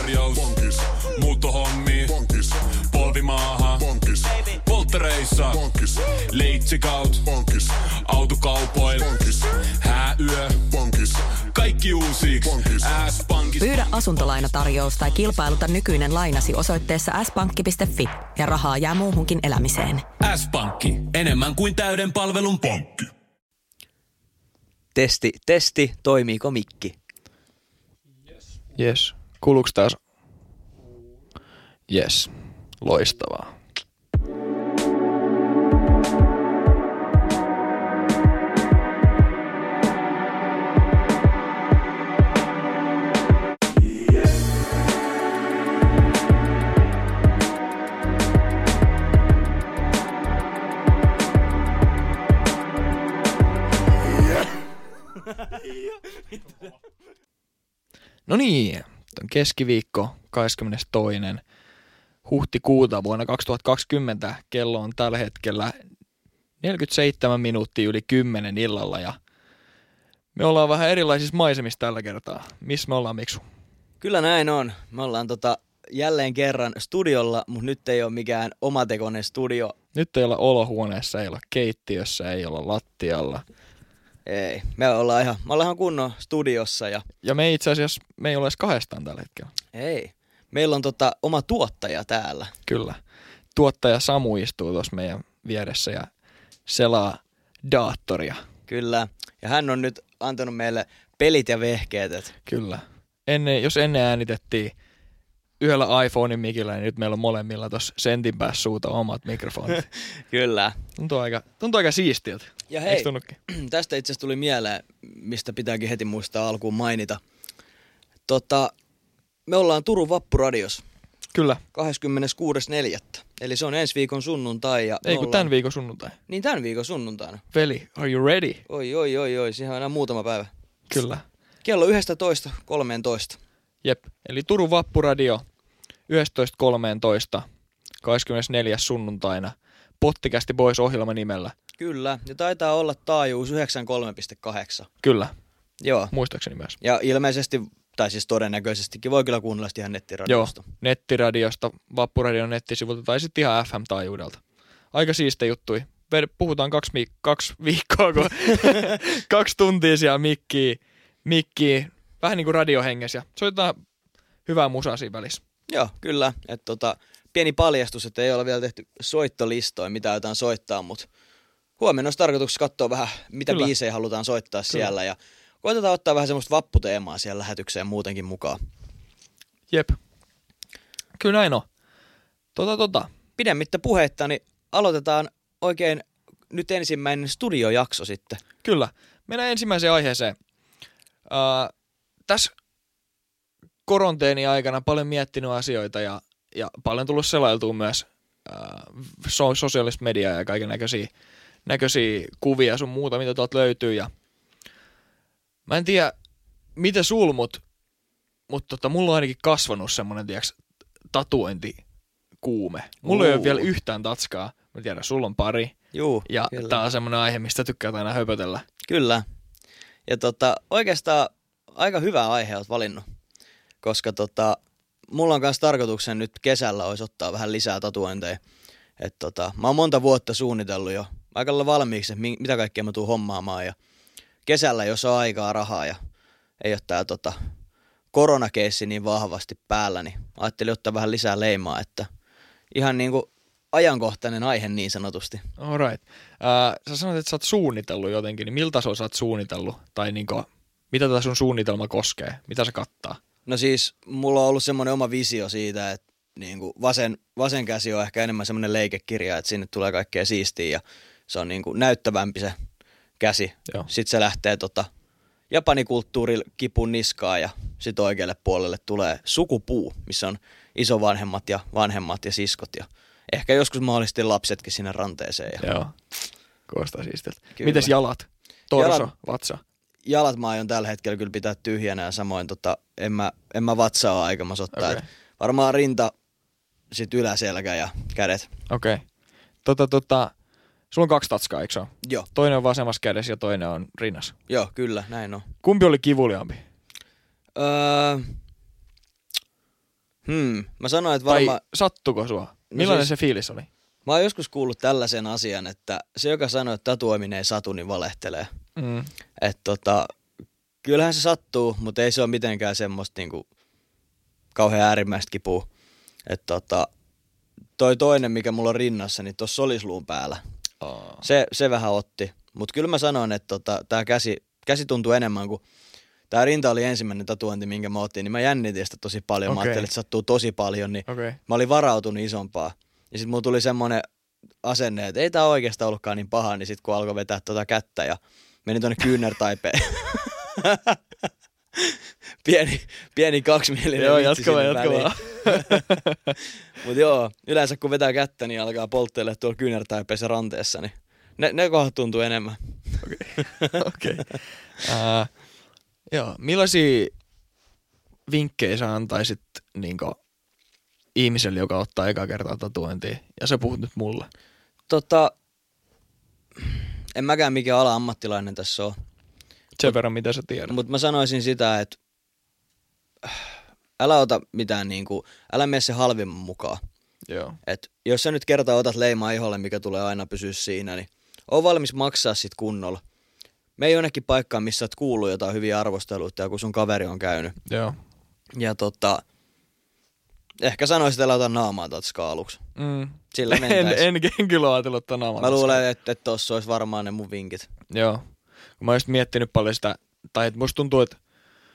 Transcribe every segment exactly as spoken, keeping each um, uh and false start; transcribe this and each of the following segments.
tarjous. Bonkis. Muuttohommi. Bonkis. Polvimaaha. Bonkis. Polttereissa. Bonkis. Leitsikaut. Bonkis. Autokaupoil. Bonkis. Hääyö. Bonkis. Kaikki uusi. S-pankki. Pyydä asuntolainatarjous tai kilpailuta nykyinen lainasi osoitteessa s pankki piste fi ja rahaa jää muuhunkin elämiseen. S-pankki. Enemmän kuin täyden palvelun pankki. Testi, testi. Toimiiko mikki? Yes. Kuuluuko taas? Yes. Loistavaa. No niin, on keskiviikko kahdeskymmenestoinen huhtikuuta vuonna kaksituhattakaksikymmentä. Kello on tällä hetkellä neljäkymmentäseitsemän minuuttia yli kymmenen illalla ja me ollaan vähän erilaisissa maisemissa tällä kertaa. Missä me ollaan, Miksu? Kyllä näin on. Me ollaan tota jälleen kerran studiolla, mutta nyt ei ole mikään omatekoinen studio. Nyt ei olla olohuoneessa, ei olla keittiössä, ei olla lattialla. Ei, me ollaan ihan, me ollaan ihan kunnon studiossa. Ja, ja me itse asiassa, me ei ole edes kahdestaan tällä hetkellä. Ei, meillä on tota oma tuottaja täällä. Kyllä, tuottaja Samu istuu tuossa meidän vieressä ja selaa daattoria. Kyllä, ja hän on nyt antanut meille pelit ja vehkeet. Kyllä, ennen, jos ennen äänitettiin yhdellä iPhonein mikillä, niin nyt meillä on molemmilla tuossa sentin päässä suuta omat mikrofonit. Kyllä. Tuntuu aika, tuntuu aika siistiltä. Ja hei, tästä itse asiassa tuli mieleen, mistä pitääkin heti muistaa alkuun mainita. Tota, me ollaan Turun Vappuradios. Kyllä. kahdeskymmeneskuudes neljättä Eli se on ensi viikon sunnuntai. Ja Ei kun ollaan... tämän viikon sunnuntai. Niin tämän viikon sunnuntaina. Veli, are you ready? Oi, oi, oi, oi. Siihen on enää muutama päivä. Kyllä. Kello yksitoista kolmetoista Jep, eli Turun Vappuradio yksitoista kolmetoista kahdeskymmenesneljäs sunnuntaina. Pottikästi Boys -ohjelma nimellä. Kyllä, ja taitaa olla taajuus yhdeksänkymmentäkolme pilkku kahdeksan Kyllä, joo. Muistaakseni myös. Ja ilmeisesti, tai siis todennäköisestikin voi kyllä kuunnella ihan nettiradiosta. Joo, nettiradiosta, Vappuradion nettisivulta tai sitten ihan F M-taajuudelta. Aika siiste juttui. Puhutaan kaksi, mi- kaksi viikkoa, kun kaksi tuntia siellä mikkiä, mikkiä, vähän niin kuin radiohengessä. Soitetaan hyvää musaa siinä välissä. Joo, kyllä. Et tota, pieni paljastus, että ei ole vielä tehty soittolistoja, mitä jotain soittaa, mutta huomenna olisi tarkoituksessa katsoa vähän, mitä kyllä. biisejä halutaan soittaa kyllä. siellä. Ja koitetaan ottaa vähän semmoista vapputeemaa siellä lähetykseen muutenkin mukaan. Jep. Kyllä näin on. Tota, tota. Pidemmittä puheitta, niin aloitetaan oikein nyt ensimmäinen studiojakso sitten. Kyllä. Mennään ensimmäiseen aiheeseen. Uh, tässä koronteeni aikana paljon miettinyt asioita ja, ja paljon tullut selailtua myös uh, so, sosiaalista mediaa ja kaiken näköisiä, näköisiä kuvia sun muuta, mitä tuolta löytyy. Ja mä en tiedä, mitä sul, mutta mut tota, mulla on ainakin kasvanut semmonen, tiiäks, tatuointikuume. Mulla uh. ei ole vielä yhtään tatskaa. Mä tiedän, sulla on pari. Juu, ja kyllä. Tää on semmonen aihe, mistä tykkää aina höpötellä. Kyllä. Ja tota, oikeastaan aika hyvä aihe oot valinnut. Koska tota, mulla on myös tarkoituksen nyt kesällä olisi ottaa vähän lisää tatuointeja. Et tota, mä oon monta vuotta suunnitellut jo aika lailla valmiiksi, että mitä kaikkea mä tuun hommaamaan. Ja kesällä, jos on aikaa, rahaa ja ei ole tää tota, koronakeissi niin vahvasti päällä, niin ajattelin ottaa vähän lisää leimaa, että ihan niinku ajankohtainen aihe niin sanotusti. All right. Äh, sä sanoit, että sä oot suunnitellut jotenkin, niin miltä tasolla sä oot suunnitellut? Tai niinku, mitä tätä sun suunnitelma koskee? Mitä se kattaa? No siis, mulla on ollut semmoinen oma visio siitä, että niinku vasen, vasen käsi on ehkä enemmän semmoinen leikekirja, että sinne tulee kaikkea siistiä ja se on niinku näyttävämpi se käsi. Joo. Sitten se lähtee tota japanikulttuurilla kipun niskaan ja sitten oikealle puolelle tulee sukupuu, missä on isovanhemmat ja vanhemmat ja siskot ja ehkä joskus mahdollisesti lapsetkin sinne ranteeseen. Ja... Joo, kuulostaa siistiltä. Mites jalat? Torso, jalat, vatsa? Jalat mä aion tällä hetkellä kyllä pitää tyhjänä ja samoin tota, en, mä, en mä vatsaa aikamassa ottaa. Okay. Varmaan rinta, sit yläselkä ja kädet. Okei. Okay. Tota, tota, sulla on kaksi tatskaa, eikö se ole? Joo. Toinen on vasemmassa kädessä ja toinen on rinnassa. Joo, kyllä, näin on. Kumpi oli kivuliaampi? Öö, Hmm. Mä sanoin, että varmaan... Tai sattuko sua? Millainen no siis, se fiilis oli? Mä oon joskus kuullut tällaisen asian, että se, joka sanoo, että tatuoiminen ei satu, niin valehtelee. Mm. Että tota, kyllähän se sattuu, mutta ei se ole mitenkään semmoista niinku kauhean äärimmäistä kipua. Että tota, toi toinen, mikä mulla on rinnassa, niin tuossa solisluun päällä. Oh. Se, se vähän otti. Mutta kyllä mä sanoin, että tota, tää käsi, käsi tuntuu enemmän kuin... Tää rinta oli ensimmäinen tatuointi, minkä mä otin, niin mä jännitin sitä tosi paljon. Okay. Mä ajattelin, että sattuu tosi paljon, niin okay. Mä olin varautunut isompaa. Ja sit mulla tuli semmonen asenne, että ei tää oikeastaan ollutkaan niin paha, niin sit kun alkoi vetää tota kättä ja meni tonne kyynärtaipeen. pieni, pieni kaksimielinen joo, vitsi jatkava, sinne jatkava. Mut joo, yleensä kun vetää kättä, niin alkaa poltteille tuolla kyynärtaipeessa ranteessa, niin ne, ne kohdat tuntuu enemmän. Okei, okay. okay. uh, joo, millaisia vinkkejä sä antaisit niinku ihmiselle, joka ottaa eka kertaa tatuointia, ja sä puhut nyt mulle? Tota, en mäkään mikään ala-ammattilainen tässä ole. Sen verran, mitä sä tiedät. Mutta mä sanoisin sitä, että älä ota mitään niinku, älä mene se halvimman mukaan. Joo. Et jos sä nyt kertaa otat leimaa iholle, mikä tulee aina pysyä siinä, niin on valmis maksaa sit kunnolla. Me ei jonnekin paikkaan, missä oot kuullut jotain hyviä arvosteluita, ja kun sun kaveri on käynyt. Joo. Ja tota, ehkä sanoisit, että ota naamaa tatskaa aluksi. Mm. Sillä en, en, en kyllä ajatellut ottaa naamaa. Mä luulen, että, että tossa olisi varmaan ne mun vinkit. Joo. Mä oon just miettinyt paljon sitä, tai että musta tuntuu, että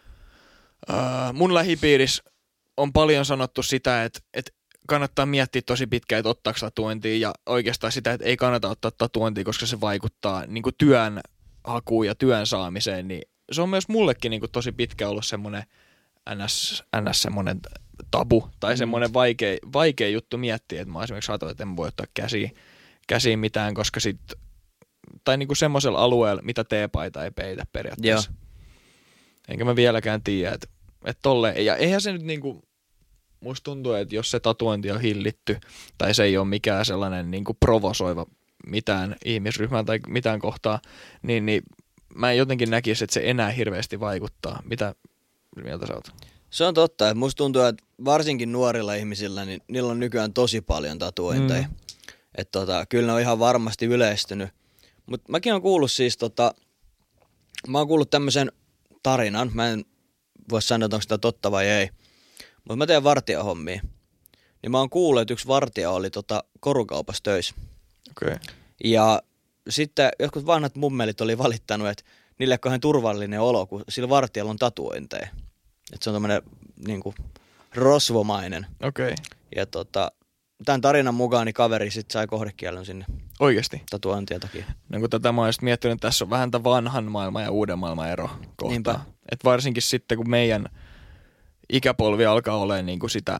uh, mun lähipiirissä on paljon sanottu sitä, että, että kannattaa miettiä tosi pitkään, että ottaako tatuointia, ja oikeastaan sitä, että ei kannata ottaa tatuointia, koska se vaikuttaa niin kuin työn hakuun ja työn saamiseen, niin se on myös mullekin niin kuin tosi pitkä ollut semmoinen ns, ns semmoinen tabu, tai semmoinen vaikea, vaikea juttu miettiä, että mä esimerkiksi ajatellut, että en voi ottaa käsiin, käsiin mitään, koska sit, tai niinku semmoisella alueella, mitä teepaita ei peitä periaatteessa. Joo. Enkä mä vieläkään tiedä, että, että tolleen, ja eihän se nyt niinku, musta tuntuu, että jos se tatuointi on hillitty, tai se ei ole mikään sellainen niinku provosoiva mitään ihmisryhmää tai mitään kohtaa, niin, niin mä en jotenkin näkisi, että se enää hirveästi vaikuttaa. Mitä mieltä sä oot? Se on totta, että musta tuntuu, että varsinkin nuorilla ihmisillä, niin niillä on nykyään tosi paljon tatuointeja. Mm. Että tota, kyllä ne on ihan varmasti yleistynyt. Mutta mäkin oon kuullut siis, tota, mä oon kuullut tämmöisen tarinan, mä en voi sanoa, että onko sitä totta vai ei, mutta mä teen vartijahommia. Niin mä oon kuullut, että yksi vartija oli tota korukaupassa töissä. Okay. Ja sitten jotkut vanhat mummelit oli valittanut, että niille on turvallinen olo, kun sillä vartijalla on tatuointeja. Että se on tämmöinen niinku rosvomainen. Okei. Okay. Ja tota, tämän tarinan mukaan niin kaveri sitten sai kohdekielon sinne. Oikeesti? Tatuointien takia. No kun tätä mä oon just miettinyt, että tässä on vähän tämän vanhan maailman ja uuden maailman ero kohtaa. Että varsinkin sitten, kun meidän ikäpolvi alkaa olemaan niinku sitä,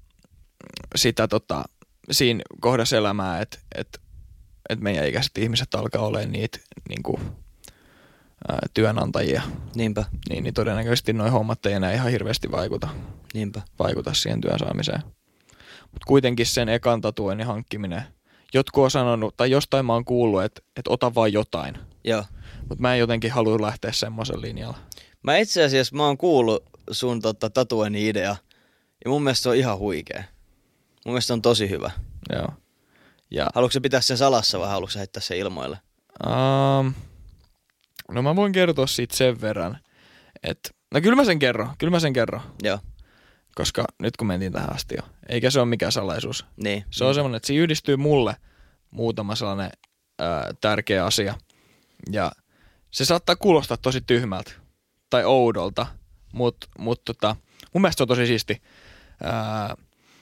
sitä tota, siinä kohdassa elämää, että et, et meidän ikäiset ihmiset alkaa olemaan niitä niinku, ää, työnantajia. Niinpä. Niin, niin todennäköisesti noi hommat ei enää ihan hirveästi vaikuta. Niinpä. Vaikuta siihen työn saamiseen. Mutta kuitenkin sen ekan tatuoinnin hankkiminen. Jotkut on sanonut, tai jostain mä oon kuullut, että et ota vaan jotain. Joo. Mutta mä en jotenkin halua lähteä semmoisen linjalla. Mä itse asiassa mä oon kuullut sun tota, tatuoinnin idea. Ja mun mielestä se on ihan huikea. Mun mielestä se on tosi hyvä. Joo. Ja haluatko sä pitää sen salassa vai haluatko sä heittää sen ilmoille? Um, no mä voin kertoa siitä sen verran, että no kyllä mä sen kerron, kyllä mä sen kerron. Joo. Koska nyt kun mentiin tähän asti jo, eikä se ole mikään salaisuus. Niin. Se on semmoinen, että se yhdistyy mulle muutama sellainen ää, tärkeä asia. Ja se saattaa kuulostaa tosi tyhmältä tai oudolta, mutta mut tota, mun mielestä se on tosi siisti. Ää,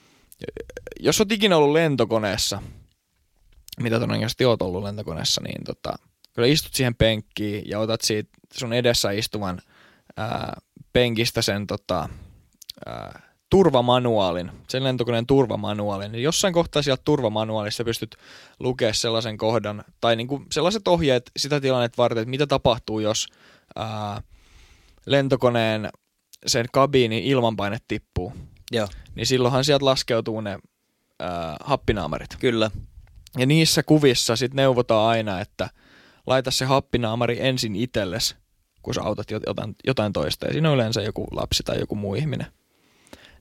jos oot ikinä ollut lentokoneessa, mitä todennäköisesti oot ollut lentokoneessa, niin tota, kyllä istut siihen penkkiin ja otat siitä sun edessä istuvan ää, penkistä sen tota, ää, turvamanuaalin, sen lentokoneen turvamanuaalin. Niin jossain kohtaa sieltä turvamanuaalissa pystyt lukemaan sellaisen kohdan, tai niinku sellaiset ohjeet sitä tilannetta varten, että mitä tapahtuu, jos ää, lentokoneen sen kabiinin ilmanpaine tippuu. Joo. Niin silloinhan sieltä laskeutuu ne ää, happinaamarit. Kyllä. Ja niissä kuvissa sitten neuvotaan aina, että laita se happinaamari ensin itsellesi, kun sä autat jotain, jotain toista. Ja siinä on yleensä joku lapsi tai joku muu ihminen.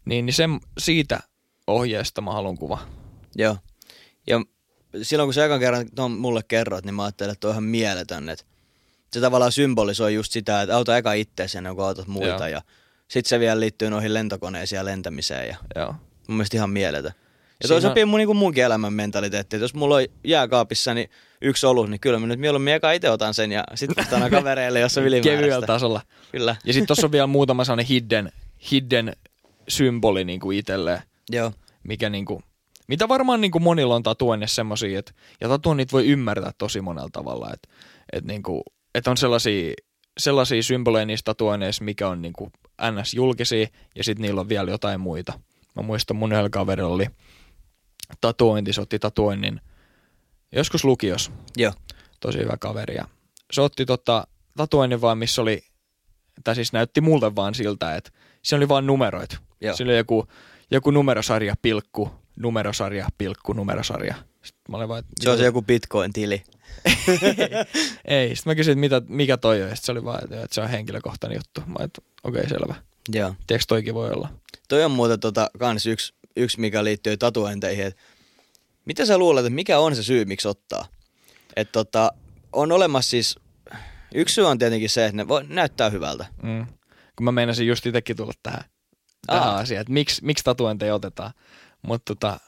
Niin, niin sen, siitä ohjeesta mä haluan kuva. Joo. Ja silloin kun sä ekan kerran ton mulle kerroit, niin mä ajattelin, että on ihan mieletön. Että se tavallaan symbolisoi just sitä, että auta eka itseäsi ennen kuin autat muita. Joo. Ja sit se vielä liittyy noihin lentokoneisiin ja lentämiseen. Ja Joo. Mun mielestä ihan mieletön. Ja toi sopii mun, niin kuin munkin elämän mentaliteetti. Että jos mulla on jääkaapissa niin yksi olut, niin kyllä mä nyt mieluummin eka itse otan sen ja sitten otan kavereille, jos on ylimääräistä. Kevyellä tasolla. Kyllä. Ja sitten tossa on vielä muutama sellainen hidden, hidden symboli niin kuin itselleen. Joo. Mikä niin kuin, mitä varmaan niin kuin monilla on tatuoinnissa semmosia, että ja tatuoinnit voi ymmärtää tosi monella tavalla. Että et niin kuin, et on sellaisia, sellaisia symboleja niissä tatuoinneissa, mikä on niin kuin ns. Julkisia ja sitten niillä on vielä jotain muita. Mä muistan mun yhdellä kaverilla oli tatuointi, se otti tatuoinnin joskus lukios. Joo. Tosi hyvä kaveri. Ja se otti tota, tatuoinnin vaan, missä oli, tai siis näytti mulle vaan siltä, että se oli vaan numeroit. Joo. Se oli joku, joku numerosarja, pilkku, numerosarja, pilkku, numerosarja. Sitten mä olin vaan, että, se on se joku Bitcoin-tili. Ei, sitten mä kysyin, että mitä, mikä toi on, ja sitten se oli vaan, että, että se on henkilökohtainen juttu. Mä olin, että okei, okay, selvä. Joo. Tiedätkö toikin voi olla? Toi on muuten tota, kans yksi, yksi, mikä liittyy tatuointeihin. Et mitä sä luulet, että mikä on se syy, miksi ottaa? Että tota, on olemassa siis, yksi syy on tietenkin se, että ne voi näyttää hyvältä. Mm. Kun mä meinasin just itsekin tulla tähän, tähän Aa. asiaan, että miksi, miksi tatuointeja otetaan. Mutta tota,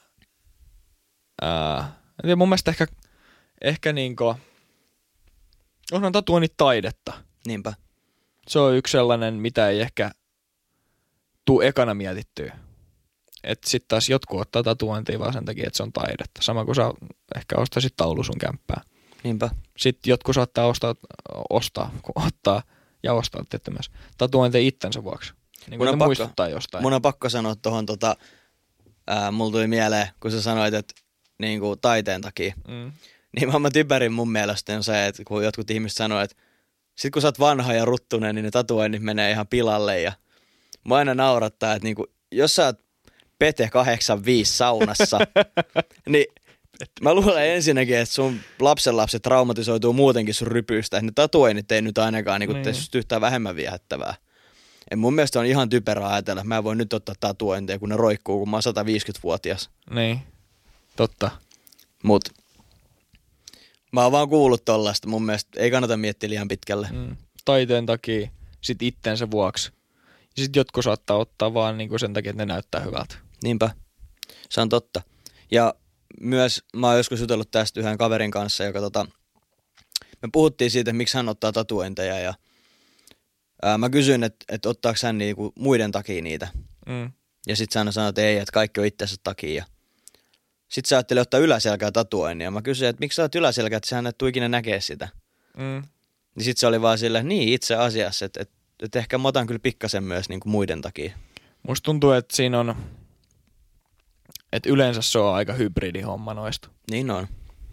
ää, mun mielestä ehkä, ehkä niinku, onhan tatuoinnit taidetta. Niinpä. Se on yksi sellainen, mitä ei ehkä tuu ekana mietittyä. Että sit taas jotkut ottaa tatuointia vaan sen takia, että se on taidetta. Sama kuin sä ehkä ostaisit taulu sun kämppää. Niinpä. Sitten jotkut saattaa ostaa, ostaa, kun ottaa ja ostaa tietty myös tatuointeja itsensä vuoksi. Niin kuin ne muistuttaa jostain. Mun on pakko sanoa tuohon, tota, ää, mulla tuli mieleen, kun sä sanoit, että niin kuin taiteen takia. Mm. Niin maailman typerin mun mielestä on se, että kun jotkut ihmiset sanoo, että sit kun sä oot vanha ja ruttunen, niin ne tatuoinnit menee ihan pilalle. Ja mä aina naurattaa, että niin kuin, jos sä oot Pete kahdeksankymmentäviisi saunassa, niin mä luulen ensinnäkin, että sun lapsenlapset traumatisoituu muutenkin sun rypystä. Että ne tatuoinnit ei nyt ainakaan niin tee susta yhtään vähemmän viehättävää. Ja mun mielestä on ihan typerää ajatella, että mä voin nyt ottaa tatuointeja, kun ne roikkuu, kun mä oon sataviisikymmentävuotias. Niin, totta. Mut mä oon vaan kuullut tollaista. Mun mielestä ei kannata miettiä liian pitkälle. Mm. Taiteen takia, sit itsensä vuoksi. Ja sit jotkut saattaa ottaa vaan niinku sen takia, että ne näyttää hyvältä. Niinpä. Se on totta. Ja myös mä oon joskus jutellut tästä yhden kaverin kanssa, joka tota, me puhuttiin siitä, että miksi hän ottaa tatuointeja ja ää, mä kysyin, että, että ottaako hän niinku muiden takia niitä. Mm. Ja sit hän sanoi, että ei, että kaikki on itsensä takia. Sit sä ajattelee ottaa yläselkää tatuoinnin ja mä kysyin, että miksi sä oot yläselkää, että sä et tuu ikinä näkee sitä. Mm. Niin sit se oli vaan silleen, niin itse asiassa, että, että, että ehkä mä otan kyllä pikkasen myös niinku muiden takia. Musta tuntuu, että siinä on, että yleensä se on aika hybridihomma noista. Niin on.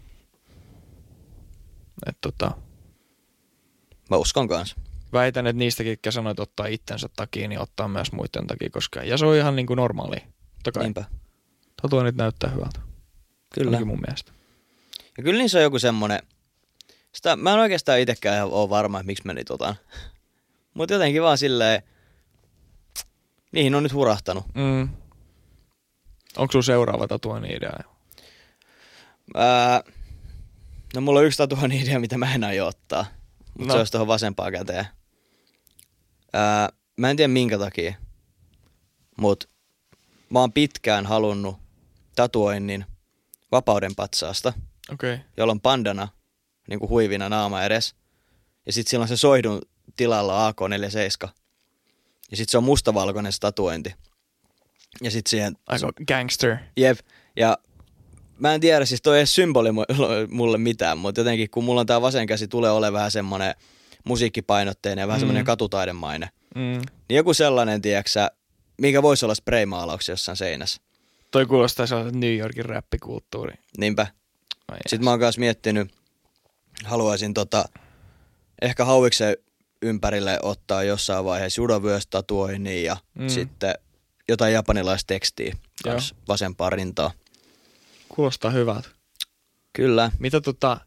Että tota, Mä uskon kanssa. väitän, että niistäkin, jotka sanoit ottaa itsensä takia, niin ottaa myös muiden takia, koska ja se on ihan niin kuin normaalia. Totta Niinpä. Tatuoinnit näyttää hyvältä. Kyllä. Ainakin mun mielestä. Ja kyllä niissä on joku semmonen, sitä, mä en oikeastaan itekään ihan ole varma, että miksi mä niitä otan. Mutta jotenkin vaan silleen, niihin on nyt hurahtanut. Mm. Onko sulla seuraava tatuoinnin idea? Ää, no mulla on yksi tatuoinnin idea, mitä mä en aio ottaa. Mutta No. se olisi tuohon vasempaan käteen. Ää, mä en tiedä minkä takia, mutta mä oon pitkään halunnut tatuoinnin Vapauden patsaasta, Okei. Okay. jolla on bandana niin kuin huivina naama edes. Ja sitten sillä on se soihdun tilalla A K neljäkymmentäseitsemän. Ja sitten se on mustavalkoinen se tatuointi. Ja sitten siihen... Aika gangster. Jep. Ja mä en tiedä, siis toi ei edes symboli mulle mitään, mutta jotenkin kun mulla on tää vasen käsi, tulee ole vähän semmonen musiikkipainotteinen ja vähän Mm. semmonen katutaidemainen. Mm. Niin joku sellainen, tiedäksä, mikä voisi olla spraymaalauksia jossain seinässä. Toi kuulostaa sellaiselta New Yorkin räppikulttuuri. Niinpä. Ai Sitten mä oon kanssa miettinyt, haluaisin tota, ehkä hauiksen ympärille ottaa jossain vaiheessa judovyöstatuoinnin ja Mm. sitten jotain japanilaista tekstiä Joo. kanssa vasempaan rintaan. Kuulostaa hyvältä. Kyllä. Mitä tota...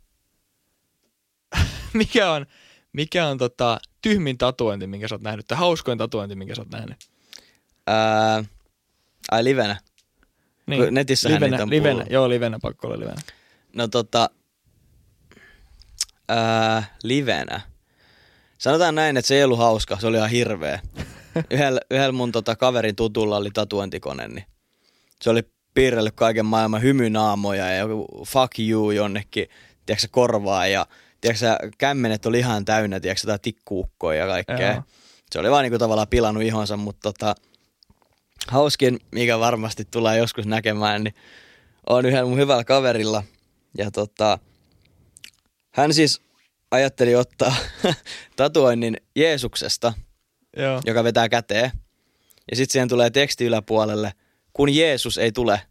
mikä on, mikä on tota tyhmin tatuointi, minkä sä oot nähnyt, tai hauskoin tatuointi, minkä sä oot nähnyt? Ää, Ai livenä? Niin. Netissähän livenä, niitä on livenä. pullut. Joo, livenä, pakko olla livenä. No tota, ää, livenä. Sanotaan näin, että se ei ollut hauska, se oli ihan hirveä. Yhdellä, yhdellä mun tota, kaverin tutulla oli tatuointikone, niin se oli piirrellyt kaiken maailman hymynaamoja ja joku fuck you jonnekin, tiedätkö korvaa ja tiedätkö kämmenet oli ihan täynnä, tiedätkö jotain tikkuukkoja ja kaikkea. Joo. Se oli vaan niinku tavallaan pilannut ihonsa, mutta tota, hauskin, mikä varmasti tulee joskus näkemään, niin on yhdellä mun hyvällä kaverilla. Ja tota, hän siis ajatteli ottaa tatuoinnin Jeesuksesta, Joo. joka vetää käteen. Ja sitten siihen tulee teksti yläpuolelle, kun Jeesus ei tule.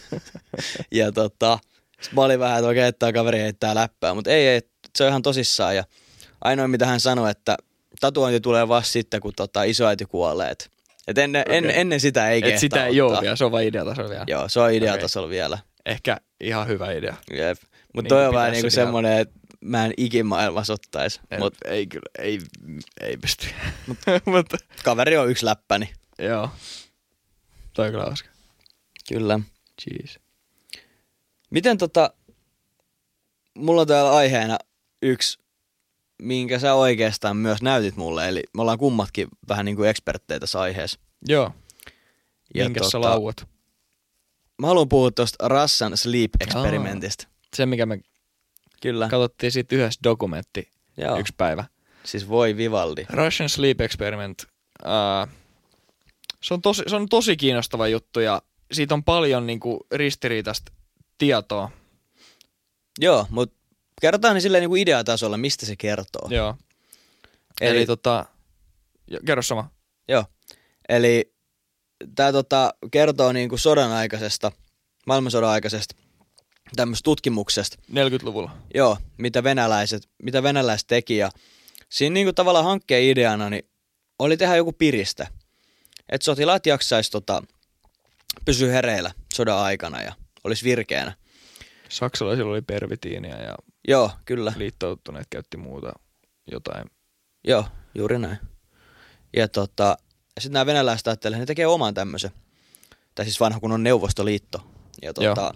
Ja tota, sit mä olin vähän, että okei, että tämä kaveri heittää läppää, mutta ei, ei, se on ihan tosissaan. Ja ainoa mitä hän sanoi, että tatuointi tulee vasta sitten, kun tota, isoäiti kuolee. Et, et ennen, okay. en, ennen sitä ei kehtaa Et sitä ei ole vielä, se on vaan ideatasolla vielä. Joo, se on ideatasolla okay. vielä. Ehkä ihan hyvä idea. Jep. Mutta Niin toi on vähän niinku semmoinen, että mä en ikimaailmassa ottaisi. Mut ei kyllä, ei, ei pysty. Mutta kaveri on yksi läppäni. Joo. Toi on kyllä hauska. Kyllä. Jeez. Miten tota, mulla on täällä aiheena yksi, minkä sä oikeastaan myös näytit mulle, eli me ollaan kummatkin vähän niin kuin eksperttejä tässä aiheessa. Joo. Ja minkä tota, sä lauat? Mä haluan puhua tuosta Russian Sleep-eksperimentistä. Se, mikä me Kyllä. katsottiin siitä yhdessä dokumentti Joo. yksi päivä. Siis voi Vivaldi. Russian Sleep Experiment. Uh, se, on tosi, se on tosi kiinnostava juttu ja siitä on paljon niinku ristiriitaista tietoa. Joo, mutta kerrotaan niin silleen niin kuin ideatasolla, mistä se kertoo. Joo. Eli, Eli tota, kerro sama. Joo, eli tämä tota, kertoo niin kuin sodan aikaisesta, maailmansodan aikaisesta tämmöistä tutkimuksesta. neljäkymmentäluvulla. Joo, mitä venäläiset, mitä venäläiset teki ja siinä niin kuin tavallaan hankkeen ideana niin oli tehdä joku piriste. Että sotilaat jaksaisi tota, pysyä hereillä sodan aikana ja olisi virkeänä. Saksalaisilla oli pervitiiniä ja Joo, kyllä. liittoutuneet käytti muuta jotain. Joo, juuri näin. Ja tota, sitten nämä venäläiset ajattelevat, että ne tekee oman tämmöisen. Tai siis vanha kun on Neuvostoliitto. Ja tota,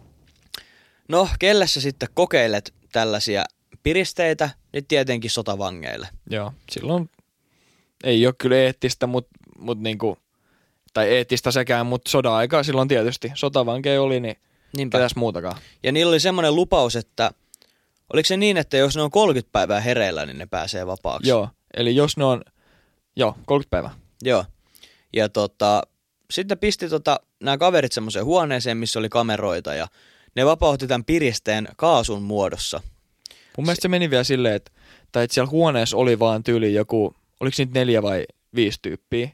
no, kelle sä sitten kokeilet tällaisia piristeitä, niin tietenkin sotavangeille. Joo, silloin ei ole kyllä eettistä, mut, mut niinku, tai eettistä sekään, mutta sodan aikaa silloin tietysti sotavankeja oli, niin Niinpä. ketäs muutakaan. Ja niillä oli semmoinen lupaus, että oliko se niin, että jos ne on kolmekymmentä päivää hereillä, niin ne pääsee vapaaksi? Joo, eli jos ne on, joo, kolmekymmentä päivää. Joo. Ja tota, sitten pisti tota, nämä kaverit semmoiseen huoneeseen, missä oli kameroita ja ne vapautti tämän piristeen kaasun muodossa. Mun mielestä se meni vielä silleen, että, tai että siellä huoneessa oli vaan tyyli joku, oliko niitä neljä vai viisi tyyppiä?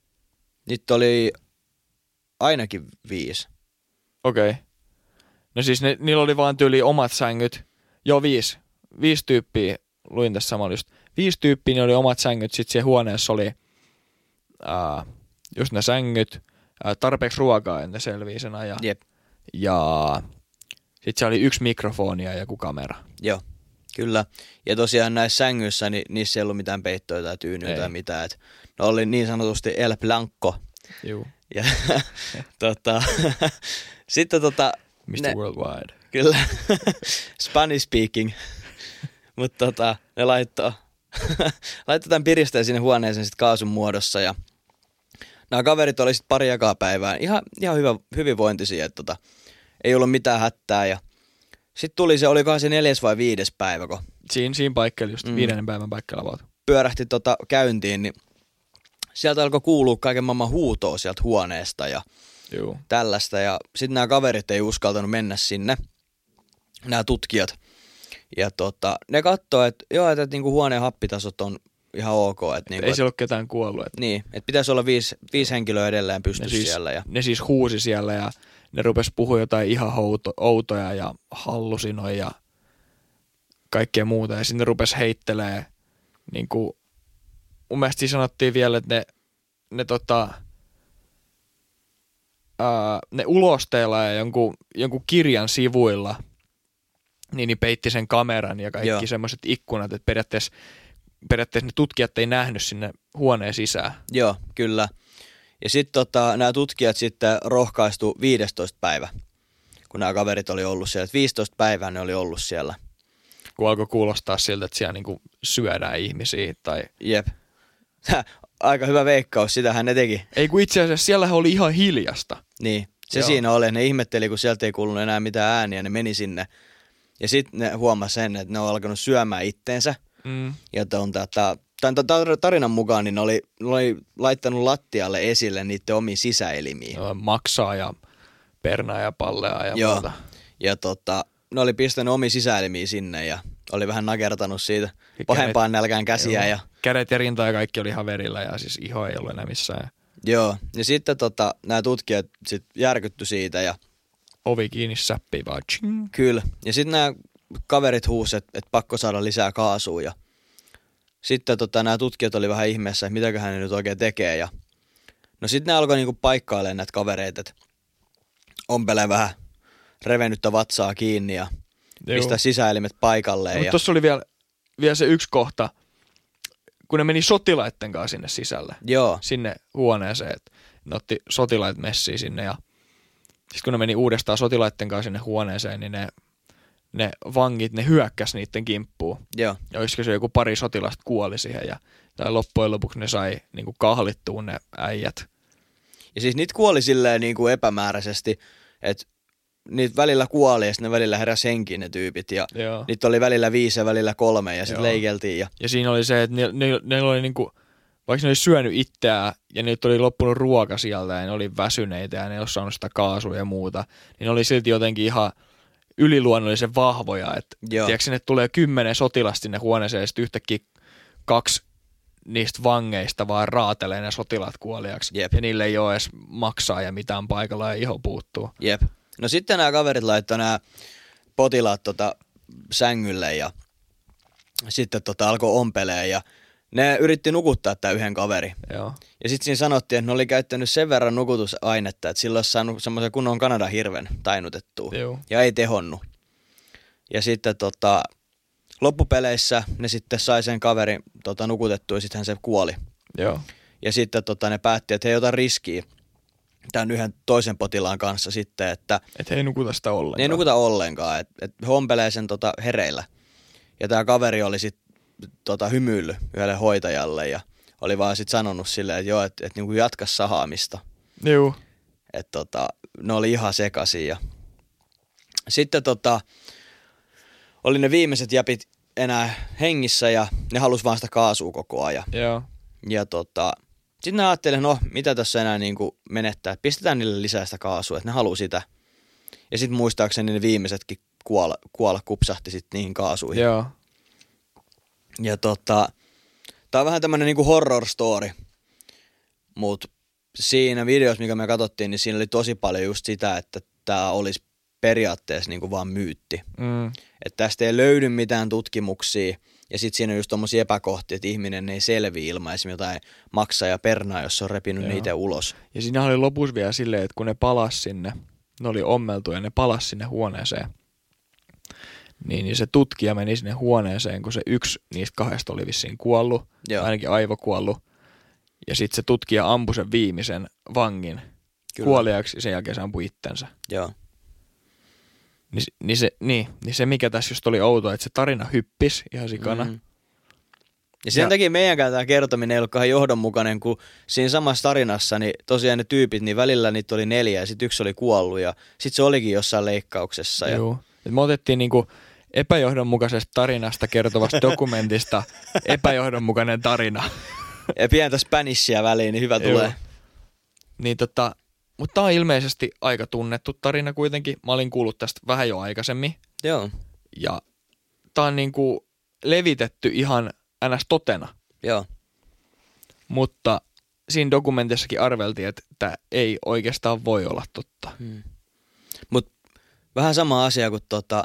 Nyt oli ainakin viisi. Okei. Okay. No siis ne, niillä oli vaan tyyli omat sängyt. Joo, viisi. Viisi tyyppiä, luin tässä samalla just. Viisi tyyppiä, niin oli omat sängyt. Sitten siellä huoneessa oli ää, just ne sängyt, ää, tarpeeksi ruokaa, että ne selvii sen ajan. Jep. Ja sitten siellä oli yksi mikrofoni ja joku kamera. Joo, kyllä. Ja tosiaan näissä sängyissä, niin niissä ei ollut mitään peittoja tai tyynyä tai mitään. Et ne oli niin sanotusti El Blanco. Juu. Ja tota, sitten tota... mister Ne, Worldwide. Kyllä. Spanish speaking. Mutta tota, ne laittoi, laittoi tämän piristeen sinne huoneeseen sit kaasun muodossa ja nämä kaverit oli sitten pari jakaa päivää. Ihan, ihan hyvä, hyvinvointisia, että tota, ei ollut mitään hätää ja sitten tuli se, olikohan se neljäs vai viides päivä, kun Siin, siinä paikkeilla just mm. viidennen päivän paikkeilla vaan. Pyörähti tota käyntiin, niin sieltä alkoi kuulua kaiken maailman huutoa sieltä huoneesta ja Juu. tällaista. Ja sitten nämä kaverit ei uskaltanut mennä sinne, nämä tutkijat. Ja tota, ne katsoo, että joo, että niinku huoneen happitasot on ihan ok. Että niinku, ei siellä ole ketään kuollut. Että niin, että pitäisi olla viisi, viisi henkilöä edelleen pystyssä siis, siellä. Ja ne siis huusi siellä ja ne rupesi puhua jotain ihan houto, outoja ja hallusinoi ja kaikkea muuta. Ja sitten ne rupesi heittelee, niin kuin, mun mielestä siis sanottiin vielä, että ne, ne, tota, ää, ne ulosteilla ja jonkun, jonkun kirjan sivuilla niin, niin peitti sen kameran ja kaikki semmoiset ikkunat, että periaatteessa, periaatteessa ne tutkijat ei nähnyt sinne huoneen sisään. Joo, kyllä. Ja sitten tota, nämä tutkijat sitten rohkaistu viidestoista päivä, kun nämä kaverit oli ollut siellä. Et viisitoista päivää ne oli ollut siellä. Kun alkoi kuulostaa siltä, että siellä niinku syödään ihmisiä tai... Jep. Aika hyvä veikkaus, sitähän ne teki. Ei kun itse asiassa siellähän oli ihan hiljasta. Niin, se Joo. siinä oli. Ne ihmetteli, kun sieltä ei kuulunut enää mitään ääniä, ne meni sinne. Ja sitten ne huomasi sen, että ne on alkanut syömään itteensä. Mm. Ja ton, tata, tämän tarinan mukaan niin ne oli, ne oli laittanut lattialle esille niiden omia sisäelimiä. Joo, maksaa ja pernaa ja pallea ja Joo. muuta. Ja tota, ne oli pistänyt omia sisäelimiä sinne ja oli vähän nakertanut siitä Ja pahempaan kädet- nälkään käsiä. Joo. Ja, Kädet ja rinta ja kaikki oli ihan verillä ja siis iho ei ollut enää missään. joo, ja sitten tota, nämä tutkijat sit järkytty siitä ja Ovi kiinni, säppi vaan ching. kyllä. Ja sitten nämä kaverit huusi, että et pakko saada lisää kaasua ja sitten tota, nämä tutkijat oli vähän ihmeessä, että mitäköhän ne nyt oikein tekee. Ja no sitten ne alkoi niinku paikkailemaan näitä kavereita, että ompelee vähän revennyttä vatsaa kiinni ja Joo. pistää sisäelimet paikalleen. Mutta Ja, tuossa oli vielä, vielä se yksi kohta, kun ne meni sotilaitten kanssa sinne sisälle, joo, sinne huoneeseen, että ne otti sotilait messiin sinne ja sitten kun ne meni uudestaan sotilaitten kanssa sinne huoneeseen, niin ne, ne vangit, ne hyökkäs niiden kimppuun. joo, Ja olisiko se joku pari sotilasta kuoli siihen ja tai loppujen lopuksi ne sai niin kuin kahlittua ne äijät. ja siis niitä kuoli silleen niin kuin epämääräisesti, että niitä välillä kuoli ja sitten ne välillä heräsi henkiin ne tyypit ja Joo. niitä oli välillä viisi ja välillä kolme ja sitten Joo. leikeltiin. Ja, Ja siinä oli se, että ne, ne, ne oli niinku, vaikka ne oli syönyt itseään ja niiltä oli loppunut ruoka sieltä ja ne oli väsyneitä ja ne ei ole saanut sitä kaasua ja muuta, niin ne oli silti jotenkin ihan yliluonnollisen vahvoja. Että tiedätkö, sinne tulee kymmenen sotilasta sinne huoneeseen ja sitten yhtäkkiä kaksi niistä vangeista vaan raatelee ne sotilaat kuoliaksi. Jep. Ja niille ei ole edes maksaa ja mitään paikalla ja iho puuttuu. jep. No sitten nämä kaverit laittoi nämä potilaat tota sängylle ja sitten tota alkoi ompelee ja ne yritti nukuttaa tämän yhden kaveri. Joo. Ja sitten siinä sanottiin, että ne oli käyttänyt sen verran nukutusainetta, että sillä olisi saanut semmoisen kunnon Kanadan hirven tainutettua. Joo. Ja ei tehonnut. Ja sitten tota, loppupeleissä ne sitten sai sen kaverin tota, nukutettua ja sitten se kuoli. Joo. Ja sitten tota, ne päätti, että he ei ota riskiä tämän yhden toisen potilaan kanssa sitten, että Että he ei nukuta sitä ollenkaan. ne ei nukuta ollenkaan, että et he ompelee sen tota, hereillä. Ja tämä kaveri oli sitten tota, hymyillyt yhdelle hoitajalle ja oli vaan sitten sanonut silleen, että joo, että et, niinku jatka sahaamista. Joo. Että tota, ne oli ihan sekaisin. Ja sitten tota, oli ne viimeiset jäpit enää hengissä ja ne halusi vaan sitä kaasua koko ajan. Joo. Ja tota, sitten ne ajattelivat, no mitä tässä enää niinku menettää, että pistetään niille lisää sitä kaasua, että ne haluaa sitä. Ja sitten muistaakseni ne viimeisetkin kuolla, kuolla kupsahti sitten niihin kaasuihin. Joo. Ja tota, tää on vähän tämmönen niinku horror story, mut siinä videossa, mikä me katsottiin, niin siinä oli tosi paljon just sitä, että tää olisi periaatteessa niinku vaan myytti. Mm. Että tästä ei löydy mitään tutkimuksia, ja sitten siinä on just tommosia epäkohtia, että ihminen ei selviä ilman esimerkiksi jotain maksaa ja pernaa, jos se on repinyt Joo. niitä ulos. Ja siinä oli lopussa vielä silleen, että kun ne palas sinne, ne oli ommeltu ja ne palas sinne huoneeseen, niin, niin se tutkija meni sinne huoneeseen, kun se yksi niistä kahdesta oli vissiin kuollut, Joo. ainakin aivokuollut. Ja sitten se tutkija ampui sen viimeisen vangin Kyllä. kuoliaksi ja sen jälkeen se ampui itsensä. Joo. Ni, niin, se, niin, niin se, mikä tässä just oli outoa, että se tarina hyppisi ihan sikana. Mm. Ja sen Ja- takia meidänkään tämä kertominen ei ollut kauhean johdonmukainen, kun siinä samassa tarinassa, niin tosiaan ne tyypit, niin välillä niitä oli neljä ja sitten yksi oli kuollut ja sitten se olikin jossain leikkauksessa. Ja, Joo. Et me otettiin niinku epäjohdonmukaisesta tarinasta kertovasta dokumentista epäjohdonmukainen tarina. ja pientä spanishia väliin, niin hyvä Joo. tulee. Niin tota, mutta tää on ilmeisesti aika tunnettu tarina kuitenkin. Mä olin kuullut tästä vähän jo aikaisemmin. Joo, Ja tää on niinku levitetty ihan ns. Totena. joo, Mutta siinä dokumentissakin arveltiin, että tämä ei oikeastaan voi olla totta. hmm. Mut vähän sama asia kuin tota,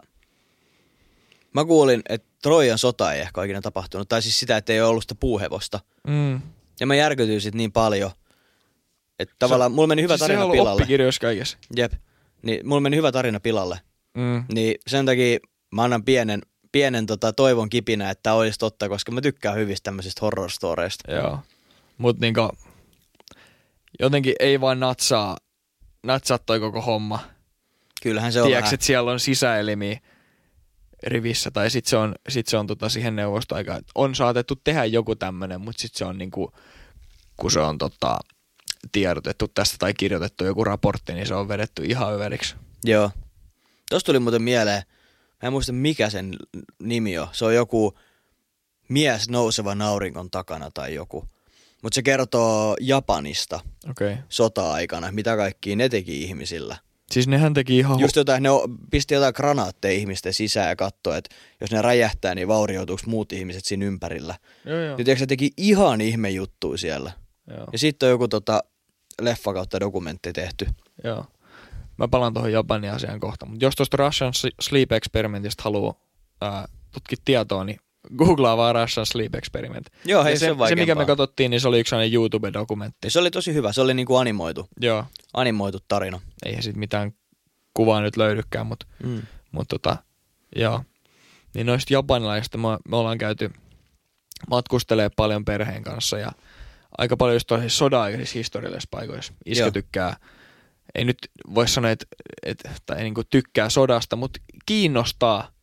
mä kuulin, että Trojan sota ei ehkä oikein tapahtunut, tai siis sitä, että ei ole ollut sitä puuhevosta. Mm. Ja mä järkytyin sit niin paljon, että tavallaan mulla meni hyvä siis tarina sehän on pilalle. oppikirjoissa kaikessa. Jep, niin mulla meni hyvä tarina pilalle. Mm. Niin sen takia mä annan pienen, pienen tota toivon kipinä, että tää olisi totta, koska mä tykkään hyvistä tämmöisistä horror storeista. Joo. Mut niinku, jotenkin ei vaan natsaa, natsaa toi koko homma. Kyllähän se on Tiedätkö, vähän. että siellä on sisäelimiä rivissä, tai sitten se on, sit se on tota siihen neuvostoaikaan, että on saatettu tehdä joku tämmöinen, mutta sitten se on niinku, kun se on tota, tiedotettu tästä tai kirjoitettu joku raportti, niin se on vedetty ihan överiksi. Joo. Tuosta tuli muuten mieleen, mä en muista mikä sen nimi on. Se on joku mies nousevan auringon takana tai joku. Mutta se kertoo Japanista Okei. Okay. sota-aikana, mitä kaikkia ne teki ihmisillä. Siis nehän teki ihan... Just jotain, ne pisti jotain granaatteja ihmisten sisään ja katsoi, että jos ne räjähtää, niin vaurioituuko muut ihmiset siinä ympärillä. Joo, joo. Ja tiedätkö, se teki ihan ihme juttuja siellä. Joo. Ja sitten on joku tota, leffa kautta dokumentti tehty. Joo. Mä palaan tuohon Japanin asiaan kohta. Mutta jos tuosta Russian Sleep Experimentista haluaa ää, tutkia tietoa, niin googlaa vaan Russian Sleep Experiment. Joo, hei, se, se, on se, mikä me vaikeampaa. katsottiin, niin se oli yksi sellainen YouTube-dokumentti. Se oli tosi hyvä, se oli niinku animoitu, Joo. animoitu tarina. Eihän sit mitään kuvaa nyt löydykään, mutta Mm. mut tota, joo. Niin noista japanilaisista me, me ollaan käyty matkustelee paljon perheen kanssa ja aika paljon just toisissa sodan-aikaisissa historiallisissa paikoissa. Iskä Joo. tykkää, ei nyt voi sanoa, että et, tai ei niinku tykkää sodasta, mutta kiinnostaa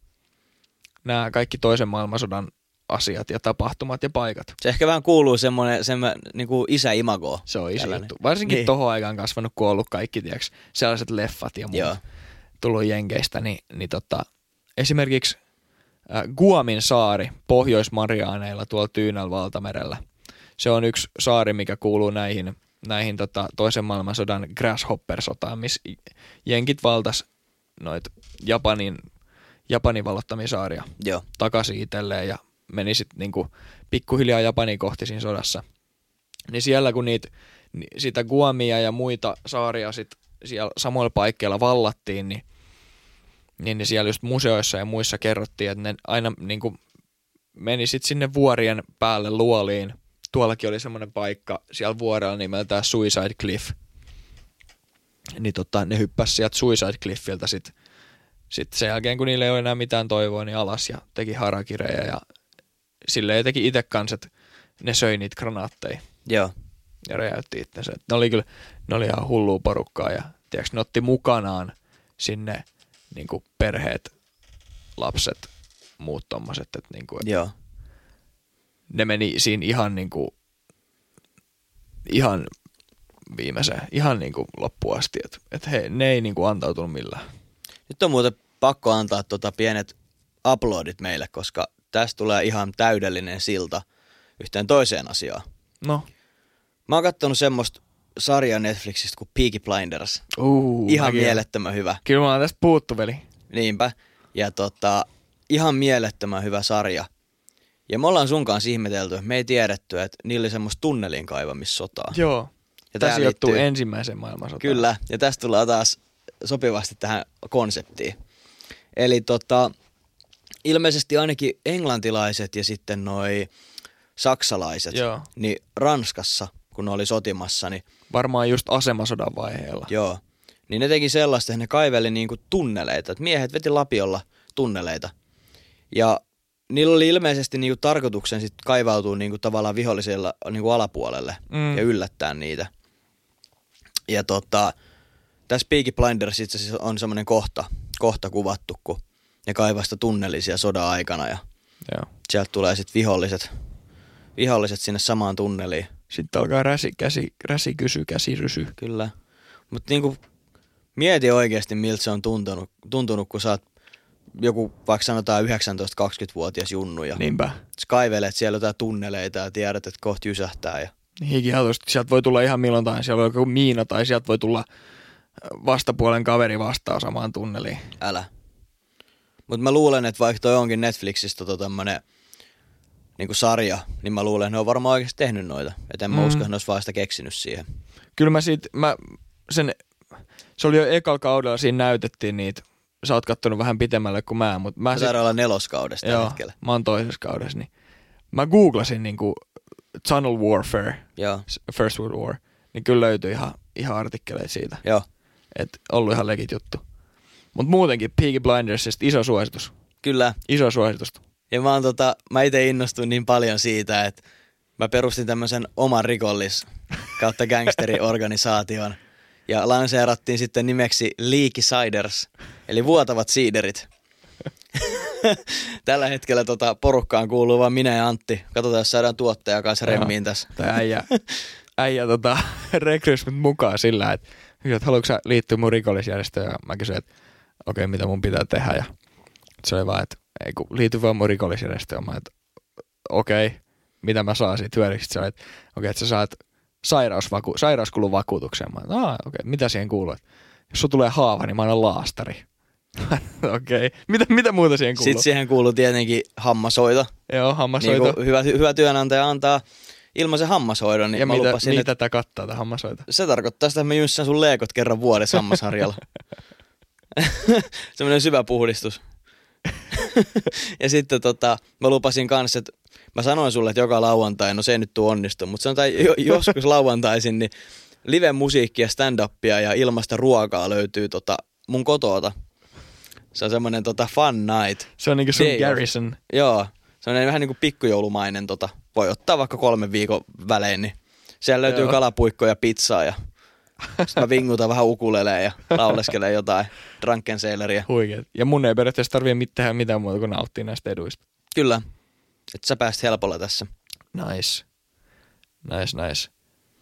nämä kaikki toisen maailmansodan asiat ja tapahtumat ja paikat. Se ehkä vähän kuuluu semmoinen, semmoinen niinku isä-imago. Se on iso Tällainen. juttu. Varsinkin Niin. tohon aikaan kasvanut, kun on ollut kaikki tiiäks, sellaiset leffat ja muut Joo. tullut jenkeistä, niin, niin tota, esimerkiksi äh, Guamin saari Pohjois-Mariaaneilla tuolla Tyynällä valtamerellä. Se on yksi saari, mikä kuuluu näihin, näihin tota, toisen maailmansodan Grasshopper-sotaan, missä jenkit valtas noit Japanin, Japanin vallottamia saaria Joo. takaisin itselleen ja meni sitten niinku pikkuhiljaa Japanin kohti siinä sodassa. Niin siellä kun niitä, sitä Guamia ja muita saaria sit siellä samoilla paikkeilla vallattiin, niin, niin, niin siellä just museoissa ja muissa kerrottiin, että ne aina niinku meni sitten sinne vuorien päälle luoliin. Tuollakin oli semmoinen paikka siellä vuorella nimeltään Suicide Cliff. Niin tota, ne hyppäsi sieltä Suicide Cliffiltä sitten sit sen jälkeen, kun niillä ei ole enää mitään toivoa, niin alas ja teki harakirejä ja silleen teki itse kanssa, että ne söi niitä granaatteja Joo. ja räjäytti itsensä. Ne oli kyllä, ne oli ihan hullua porukkaa ja tiiäks, ne otti mukanaan sinne niin kuin perheet, lapset, muut tommoset, että niin kuin, Joo. ne meni siinä ihan niin kuin, ihan viimeiseen, ihan niin kuin loppuun asti, että et he, ne ei niin kuin antautunut millään. Nyt on muuten pakko antaa tota pienet uploadit meille, koska tästä tulee ihan täydellinen silta yhteen toiseen asiaan. No. Mä oon kattonut semmoista sarjaa Netflixistä kuin Peaky Blinders. Uh, Ihan mäkin. mielettömän hyvä. Kyllä mä oon tästä puhuttu, veli. Niinpä. Ja tota, ihan mielettömän hyvä sarja. Ja me ollaan sun kanssa ihmetelty, että me ei tiedetty, että niillä oli semmoista tunnelin kaivamissotaa. Joo. Ja Tämä tää sijoittuu liittyy- ensimmäiseen maailmansotaan. Kyllä, ja tästä tullaan taas sopivasti tähän konseptiin. Eli tota, ilmeisesti ainakin englantilaiset ja sitten noi saksalaiset, Joo. niin Ranskassa, kun ne oli sotimassa, niin Varmaan just asemasodan vaiheella. joo, niin ne teki sellaista, että ne kaiveli niinku tunneleita, että miehet veti lapiolla tunneleita. Ja niillä oli ilmeisesti niinku tarkoituksen sit kaivautua niinku tavallaan vihollisella niinku alapuolelle Mm. ja yllättää niitä. Ja tota, tässä Peaky Blinders itse asiassa on semmoinen kohta, kohta kuvattu, kun ne kaivasta tunnelisia sodan aikana ja Joo. sieltä tulee sitten viholliset, viholliset sinne samaan tunneliin. Sitten alkaa räsi, käsi, räsi kysy, käsi rysy. Kyllä. Mutta niinku, mieti oikeasti, miltä se on tuntunut, tuntunut, kun sä oot joku vaikka sanotaan yhdeksäntoista-kaksikymmentävuotias junnu ja Niinpä. sä kaivelet siellä jotain tunneleita ja tiedät, että kohta jysähtää. Ja Hikihatusti. Sieltä voi tulla ihan milloin tai siellä on joku miina tai sieltä voi tulla vastapuolen kaveri vastaan samaan tunneliin. älä. Mutta mä luulen, että vaikka toi onkin Netflixistä tota tämmönen niinku sarja, niin mä luulen, että ne on varmaan oikeasti tehnyt noita. Et en mä Mm. usko, että ne olisi vaan sitä keksinyt siihen. Kyllä mä sit, mä sen, se oli jo ekalla kaudella, siinä näytettiin niitä. Sä oot kattonut vähän pitemmälle kuin mä, mutta mä Mä sit, saadaan olla neloskaudesta tällä joo, hetkellä. mä oon toisessa kaudessa, niin mä googlasin niinku Tunnel Warfare, Joo, First World War, niin kyllä löytyi ihan, ihan artikkeleita siitä. joo, Että ollut ihan legit juttu. Mutta muutenkin Peaky Blindersista iso suositus. kyllä. Iso suositus. Ja mä, oon tota, mä itse innostuin niin paljon siitä, että mä perustin tämmöisen oman rikollis kautta gangsteriorganisaation. Ja lanseerattiin sitten nimeksi Leaky Ciders, eli vuotavat siiderit. Tällä hetkellä tota porukkaan kuuluu vaan minä ja Antti. Katsotaan, jos saadaan tuottaja kanssa remmiin tässä. Tämä äijä, äijä tota, rekryys mut mukaan sillä, että, että haluatko sä liittyä mun rikollisjärjestöön? Ja mä kysyin, että okei, okay, mitä mun pitää tehdä? Ja se oli vaan, että ei kun liity vaan mun rikollisjärjestöön. Mä että okei, okay, mitä mä saan siitä hyödyksi? Se oli, että okei, okay, että sä saat sairausvaku- sairauskuluvakuutuksen. Mä että okei, okay, mitä siihen kuuluu? Jos sulla tulee haava, niin mä annan laastari. Okei. Okay. Mitä, mitä muuta siihen kuuluu? Sitten siihen kuuluu tietenkin hammashoito. Joo, hammashoito. Niin hyvä, hyvä työnantaja antaa ilmaisen hammashoidon. Niin ja mä mitä, lupasin, mitä tämä kattaa, tämä hammashoito? Se tarkoittaa sitä, että mä jynssään sun leekot kerran vuodessa hammasharjalla. Semmoinen syvä puhdistus. Ja sitten tota, mä lupasin kanssa, että mä sanoin sulle, että joka lauantai, no se ei nyt tuu onnistu, mutta sanotaan jo, joskus lauantaisin, niin live-musiikkia, stand-upia ja ilmasta ruokaa löytyy tota mun kotoota. Se on semmoinen tota fun night. Se on niinku sun Day Garrison. Of, joo, semmoinen vähän niinku pikkujoulumainen tota. Voi ottaa vaikka kolmen viikon välein, niin siellä löytyy joo. kalapuikkoja ja pizzaa ja sitten mä vingutan vähän ukuleleen ja lauleskelen jotain drunken sailoria. Huikeet. Ja mun ei periaatteessa tarvitse tehdä mitään muuta kuin nauttia näistä eduista. Kyllä, että sä pääst helpolla tässä. Nice. Nice, nice.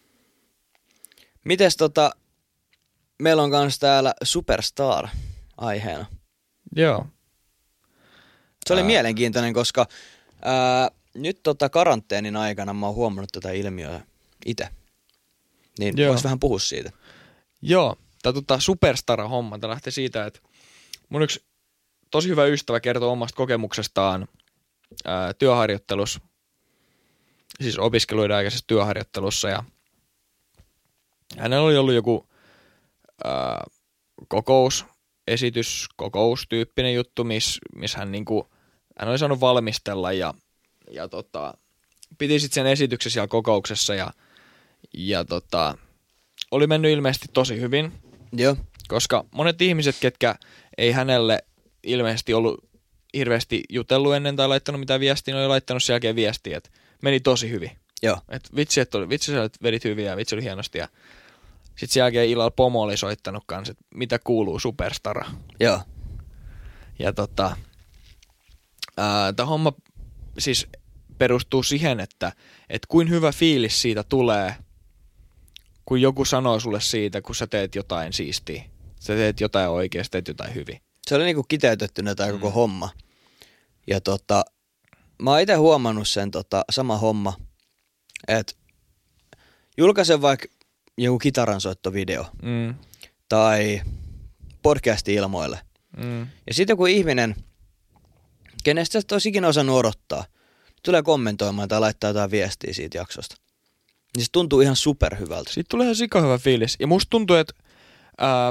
Mites tota, meillä on kans täällä Superstar aiheena. Joo. Se oli ää... mielenkiintoinen, koska ää, nyt tota karanteenin aikana mä oon huomannut tätä ilmiöä itse. Niin vois vähän puhua siitä. Joo. Tää tota Superstar-homma, tää lähtee siitä, että mun yksi tosi hyvä ystävä kertoo omasta kokemuksestaan ää, työharjoittelussa, siis opiskeluiden aikaisessa työharjoittelussa, ja hänellä oli ollut joku ää, kokous, esitys, kokoustyyppinen juttu, missä mis hän, niinku, hän oli saanut valmistella ja, ja tota, piti sitten sen esityksen siellä kokouksessa ja, ja tota, oli mennyt ilmeisesti tosi hyvin. Joo. Koska monet ihmiset, ketkä ei hänelle ilmeisesti ollut hirveästi jutellut ennen tai laittanut mitään viestiä, ne oli laittanut sen jälkeen viestiä, että meni tosi hyvin. Joo. Et vitsi, että oli, vitsi, sä vedit hyvin ja vitsi oli hienosti ja sitten sen jälkeen illalla pomo oli soittanut kanssa, että mitä kuuluu Superstara. Joo. Ja tota, tämä homma siis perustuu siihen, että et kuin hyvä fiilis siitä tulee, kun joku sanoo sulle siitä, kun sä teet jotain siistiä. Sä teet jotain oikeasti, teet jotain hyvin. Se oli niinku kiteytettynä tämä mm. koko homma. Ja tota, mä oon itse huomannut sen tota, sama homma, että julkaisen vaikka joku kitaransoittovideo mm. tai podcasti ilmoille. Mm. Ja sitten joku ihminen, kenestä sä et olisi ikinä osannut odottaa, tulee kommentoimaan tai laittaa jotain viestiä siitä jaksosta. Niin se tuntuu ihan superhyvältä. Siitä tulee ihan sikahyvä fiilis. Ja musta tuntuu, että ää,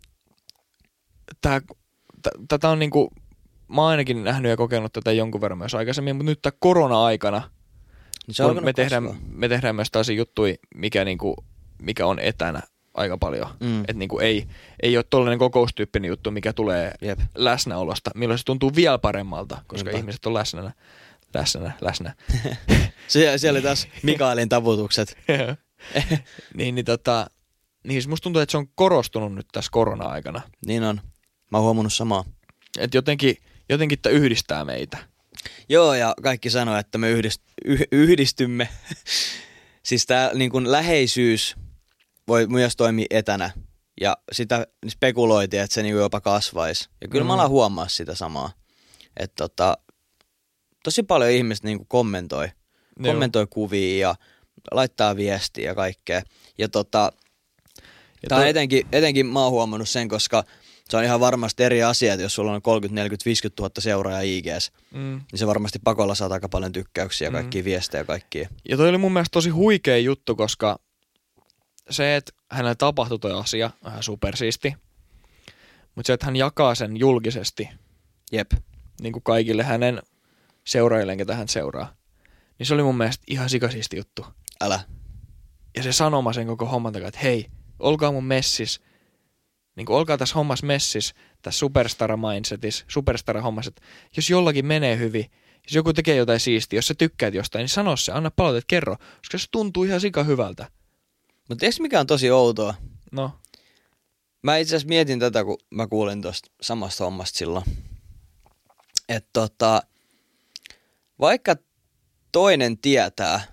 tää, t- tätä on niinku, mä oon ainakin nähnyt ja kokenut tätä jonkun verran myös aikaisemmin, mutta nyt tää korona-aikana, niin kun me tehdään, me tehdään myös tällaisia juttuja, mikä, niinku, mikä on etänä aika paljon. Mm. Että niinku ei, ei ole tollainen kokoustyyppinen juttu, mikä tulee Jep. läsnäolosta, milloin se tuntuu vielä paremmalta, koska Niinpä. ihmiset on läsnä. Läsnä, läsnä. Sie- siellä oli taas Mikaelin taputukset. niin, niin, tota, niin musta tuntuu, että se on korostunut nyt tässä korona-aikana. Niin on. Mä oon huomannut samaa. Että jotenkin, jotenkin tämä yhdistää meitä. Joo, ja kaikki sanoo, että me yhdist- yh- yhdistymme. Siis tää niin kun läheisyys voi myös toimia etänä. Ja sitä spekuloitiin, että se niin jopa kasvaisi. Ja kyllä mm. mä alan huomaa sitä samaa. Että tota, tosi paljon ihmiset niin kommentoi. Joo. Kommentoi kuvia ja laittaa viestiä ja kaikkea. Ja tota, ja tää on toi... etenkin, etenkin mä oon huomannut sen, koska se on ihan varmasti eri asia, että jos sulla on kolmekymmentä, neljäkymmentä, viisikymmentä tuhatta seuraajaa I G:ssä, mm. niin se varmasti pakolla saa aika paljon tykkäyksiä ja kaikkia mm. viestejä ja kaikkia. Ja toi oli mun mielestä tosi huikea juttu, koska se, että hänellä tapahtui toi asia, vähän supersiisti, mutta se, että hän jakaa sen julkisesti, Jep. niin kuin kaikille hänen seuraajille, ketä hän seuraa, niin se oli mun mielestä ihan sikasiisti juttu. Älä. Ja se sanoma sen koko homman takaa, että hei, olkaa mun messis, niin kuin olkaa tässä hommassa messis, tässä superstara-mindsetis, superstara-hommassa, että jos jollakin menee hyvin Jos joku tekee jotain siistiä, jos sä tykkäät jostain, niin sano se, anna palautetta, kerro, koska se tuntuu ihan sika hyvältä. Mutta tiedätkö mikä on tosi outoa? No. Mä itse asiassa mietin tätä, kun mä kuulin tuosta samasta hommasta silloin. Että tota, vaikka toinen tietää,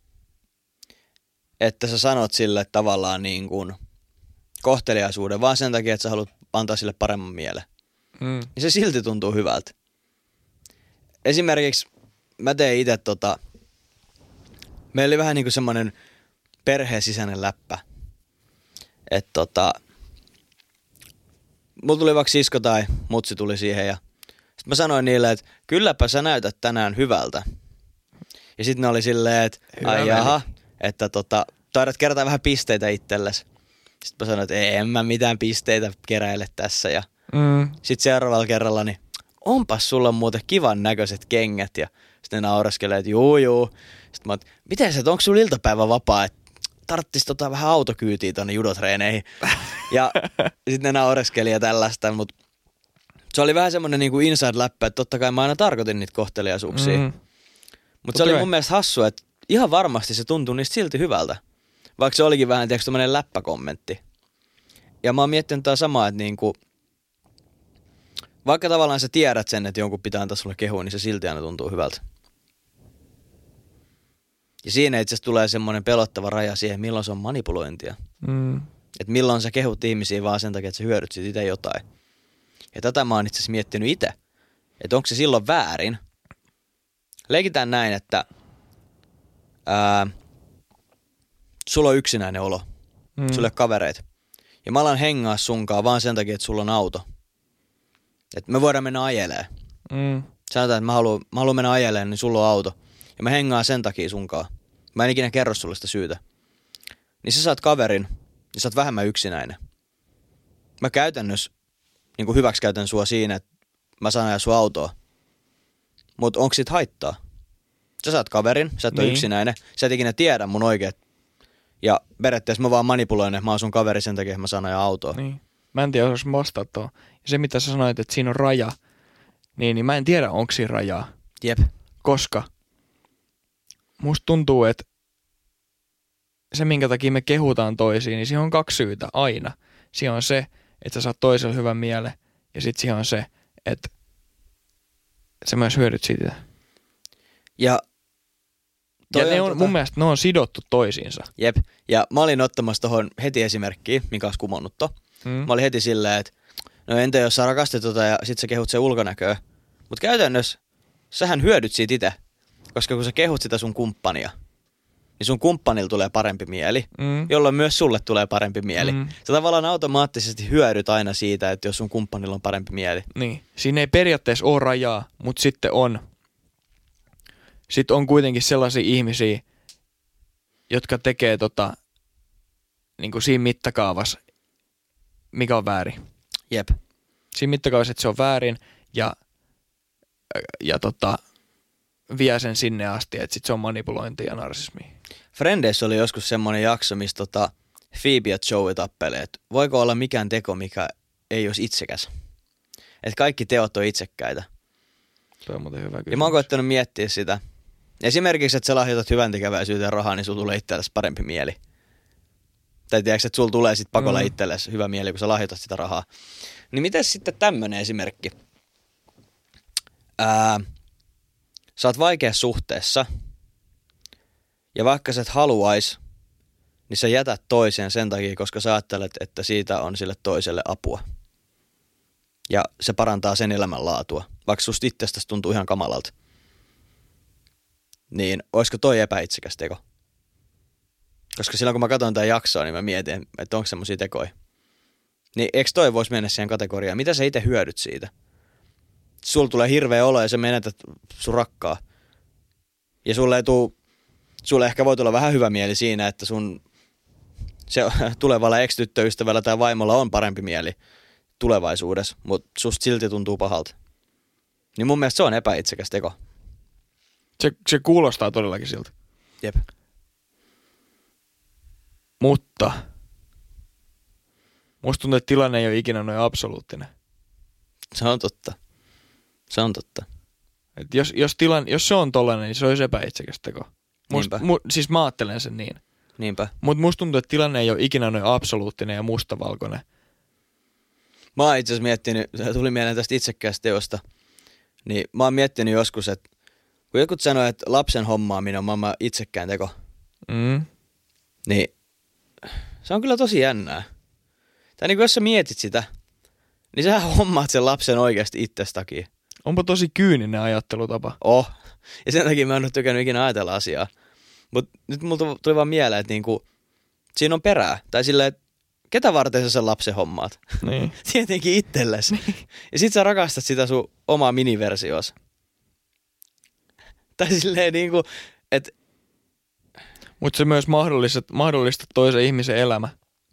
että sä sanot sille tavallaan niin kuin kohteliaisuuden, vaan sen takia, että sä haluat antaa sille paremman mielen, mm. niin se silti tuntuu hyvältä. Esimerkiksi mä tein itse tota, meillä oli vähän niin kuin semmoinen perheen sisäinen läppä. Että tota, mulla tuli vaikka sisko tai mutsi tuli siihen ja sit mä sanoin niille, että kylläpä sä näytät tänään hyvältä. Ja sit ne oli silleen, että ai jaha, että tota, taidat kerätä vähän pisteitä itsellesi. Sitten mä sanoin, että en mä mitään pisteitä keräile tässä. Ja mm. sit seuraavalla kerralla, niin onpas sulla muuten kivan näköiset kengät. Ja sitten ne nauraskelee, että juu juu. Sitten mä oon, miten se, että onko sulla iltapäivä vapaa, että tarttis tota vähän autokyytiä tonne judotreeneihin. Ja sitten ne naureskeli ja tällaista, mutta se oli vähän semmoinen niinku inside-läppä, että totta kai mä aina tarkoitin niitä kohteliaisuuksia. Mm. Mutta se oli mun mielestä hassu, että ihan varmasti se tuntui niistä silti hyvältä. Vaikka se olikin vähän, tiedätkö, tommoinen läppäkommentti. Ja mä oon miettinyt tää samaa, että niinku, vaikka tavallaan sä tiedät sen, että jonkun pitää antaa sulle kehua, niin se silti aina tuntuu hyvältä. Ja siinä itse asiassa tulee semmoinen pelottava raja siihen, milloin se on manipulointia. Mm. Että milloin sä kehut ihmisiä vaan sen takia, että sä hyödyt siitä itse jotain. Ja tätä mä oon itse asiassa miettinyt itse. Että onko se silloin väärin. Leikitään näin, että ää, sulla on yksinäinen olo. Mm. Sulla ei ole kavereita. Ja mä alan hengaa sunkaan vaan sen takia, että sulla on auto. Että me voidaan mennä ajelee. Mm. Sanotaan, että mä haluan, mä haluan mennä ajeleen, niin sulla on auto. Ja mä hengaan sen takia sunkaan. Mä en ikinä kerro sulle sitä syytä. Niin sä saat kaverin, niin sä oot vähemmän yksinäinen. Mä käytännössä niin kuin hyväksikäytän sua siinä, että mä saan ajaa sun autoa. Mut onko sit haittaa? Sä saat kaverin, sä et niin. ole yksinäinen. Sä et ikinä tiedä mun oikeet. Ja periaatteessa mä vaan manipuloin, että mä oon sun kaveri sen takia, että mä saan ajaa autoa. Niin. Mä en tiedä, jos mä vastaan tuohon. Ja se, mitä sä sanoit, että siinä on raja, niin, niin mä en tiedä, onko siinä rajaa. Jep. Koska musta tuntuu, että se, minkä takia me kehutaan toisiin, niin siihen on kaksi syytä aina. Siihen on se, että sä saat toiselle hyvän mielen, ja sitten siihen on se, että sä myös hyödyt siitä. Ja, ja ne on, tota... mun mielestä ne on sidottu toisiinsa. Jep. Ja mä olin ottamassa tohon heti esimerkkiä, mikä olisi kumonnut to. Mm. Mä olin heti silleen, että no entä jos sä rakastat tota ja sit sä kehut sen ulkonäköä. Mut käytännössä sähän hyödyt siitä itse. Koska kun sä kehut sitä sun kumppania, niin sun kumppanilla tulee parempi mieli, mm. jolloin myös sulle tulee parempi mieli. Mm. Sä tavallaan automaattisesti hyödyt aina siitä, että jos sun kumppanilla on parempi mieli. Niin. Siinä ei periaatteessa ole rajaa, mutta sitten on. Sitten on kuitenkin sellaisia ihmisiä, jotka tekee tota, niin kuin siinä mittakaavassa, mikä on väärin. Jep. Siinä mittakaavassa, että se on väärin ja, ja tota... vie sen sinne asti, että sit se on manipulointia ja narsismia. Frendeissä oli joskus semmoinen jakso, missä tota Phoebe ja Joey tappelee, että voiko olla mikään teko, mikä ei olisi itsekäs. Että kaikki teot on itsekkäitä. Tuo on muuten hyvä kysymys. Ja mä oon koettanut miettiä sitä. Esimerkiksi, että sä lahjoitat hyvän tekeväisyyteen rahaa, niin sulla tulee itsellesi parempi mieli. Tai tiedätkö, että sulla tulee sit pakolla mm. itsellesi hyvä mieli, kun sä lahjoitat sitä rahaa. Niin miten sitten tämmönen esimerkki? Ää... Sä oot vaikeassa suhteessa, ja vaikka sä et haluais, niin sä jätät toiseen sen takia, koska sä ajattelet, että siitä on sille toiselle apua. Ja se parantaa sen elämänlaatua, vaikka susta itsestäsi tuntuu ihan kamalalta. Niin, olisiko toi epäitsekäs teko? Koska silloin kun mä katson tää jaksoa, niin mä mietin, että onko semmosia tekoja. Niin eikö toi vois mennä siihen kategoriaan? Mitä sä itse hyödyt siitä? Sulla tulee hirveä olo ja sä menetät sun rakkaa. Ja sulle ei tuu, sulle ehkä voi tulla vähän hyvä mieli siinä, että sun se tulevalla ex-tyttöystävällä tai vaimolla on parempi mieli tulevaisuudessa, mutta susta silti tuntuu pahalta. Niin mun mielestä se on epäitsekäs teko. Se, se kuulostaa todellakin siltä. Jep. Mutta musta tuntuu, että tilanne ei ole ikinä noin absoluuttinen. Se on totta. Se on totta. Et jos, jos, tilan, jos se on tollainen, niin se olisi epäitsekäs teko. Must, mu, siis mä ajattelen sen niin. Niinpä. Mutta musta tuntuu, että tilanne ei ole ikinä noin absoluuttinen ja mustavalkoinen. Mä oon itse asiassa miettinyt, se tuli mieleen tästä itsekkäästä teosta, niin mä oon miettinyt joskus, että kun jotkut sanoo, että lapsen hommaaminen on maailman itsekään teko, Mm. niin se on kyllä tosi jännää. Tai niin kuin jos sä mietit sitä, niin sähän hommaat sen lapsen oikeasti itsestäkin. Onpa tosi kyyninen ajattelutapa. Oh. Ja sen takia mä en ole tykännyt ikinä ajatella asiaa. Mutta nyt mulla tuli vaan mieleen, että niinku, siinä on perää. Tai silleen, että ketä varten sä sen lapsen hommaat? Niin. Tietenkin itsellesi. Ja sit sä rakastat sitä sun omaa miniversioos. Tai silleen niinku, että... Mutta se myös mahdollistat, mahdollistat toisen ihmisen elämä.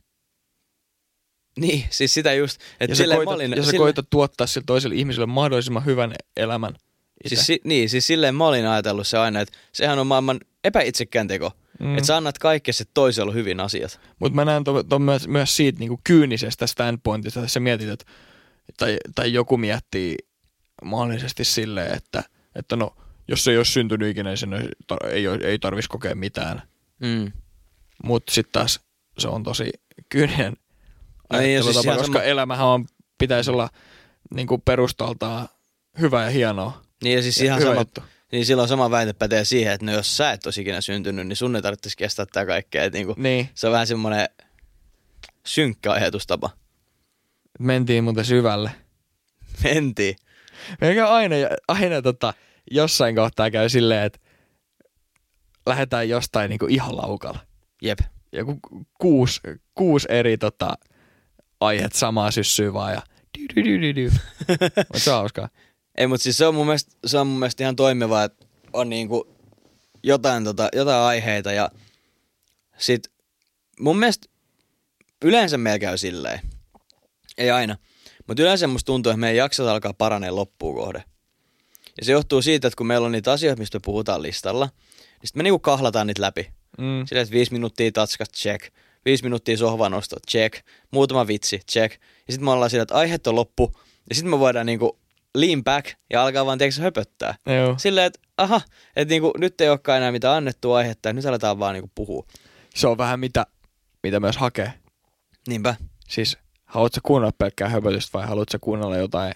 Niin, siis sitä just, että Ja sä, silleen koitat, mä olin... ja sä sille, koitat tuottaa sille toiselle ihmiselle mahdollisimman hyvän elämän. siis, si, niin, siis silleen mä olin ajatellut se aina, että sehän on maailman epäitsekään teko. Mm. Että sä annat kaikkea toisella hyvin asiat. Mutta mä näen ton, ton myös, myös siitä niinku kyynisestä standpointista, että sä mietit, että, tai, tai joku miettii mahdollisesti silleen, että, että no, jos se ei ole syntynyt ikinä, niin sen ei, ei tarvitsisi kokea mitään. Mm. Mutta sitten taas se on tosi kyyninen No niin, ajattelutapa, siis koska sama... elämähän on, pitäisi olla niinku perustaltaan hyvä ja hienoa. Niin ja siis ja ihan hyvä sama, juttu. niin silloin sama väite pätee siihen, että no jos sä et olisi ikinä syntynyt, niin sun ei tarvitsisi kestää tää kaikkea. Että niinku, Niin. se on vähän semmoinen synkkä ajatustapa. Mentiin muuten syvälle. Mentiin. Meikä aina, aina tota, jossain kohtaa käy silleen, että lähdetään jostain niinku ihan laukalla. Jep. Joku kuusi, kuusi eri tota, aiheet samaa syssyy vaan ja mutta se on hauskaa. Ei, mutta siis se on mun mielestä, se on mun mielestä ihan toimivaa, että on niinku jotain, tota, jotain aiheita ja sit mun mielestä yleensä meillä käy silleen. Ei aina. Mutta yleensä musta tuntuu, että meidän jaksot alkaa paranee loppuun kohde. Ja se johtuu siitä, että kun meillä on niitä asioita, mistä me puhutaan listalla, niin sit me niinku kahlataan niitä läpi. Mm. Silleen, että viisi minuuttia tatskat, check. Viisi minuuttia sohvanosto, check. Muutama vitsi, check. Ja sitten me ollaan sillä, että aiheet on loppu. Ja sitten me voidaan niinku lean back ja alkaa vaan tiedätkö höpöttää. Joo. Silleen, että aha, että niinku, nyt ei olekaan enää mitään annettua aihetta ja nyt aletaan vaan niinku puhua. Se on vähän mitä, mitä myös hakee. Niinpä. Siis haluatko kuunnella pelkkää höpötystä vai haluatko kuunnella jotain,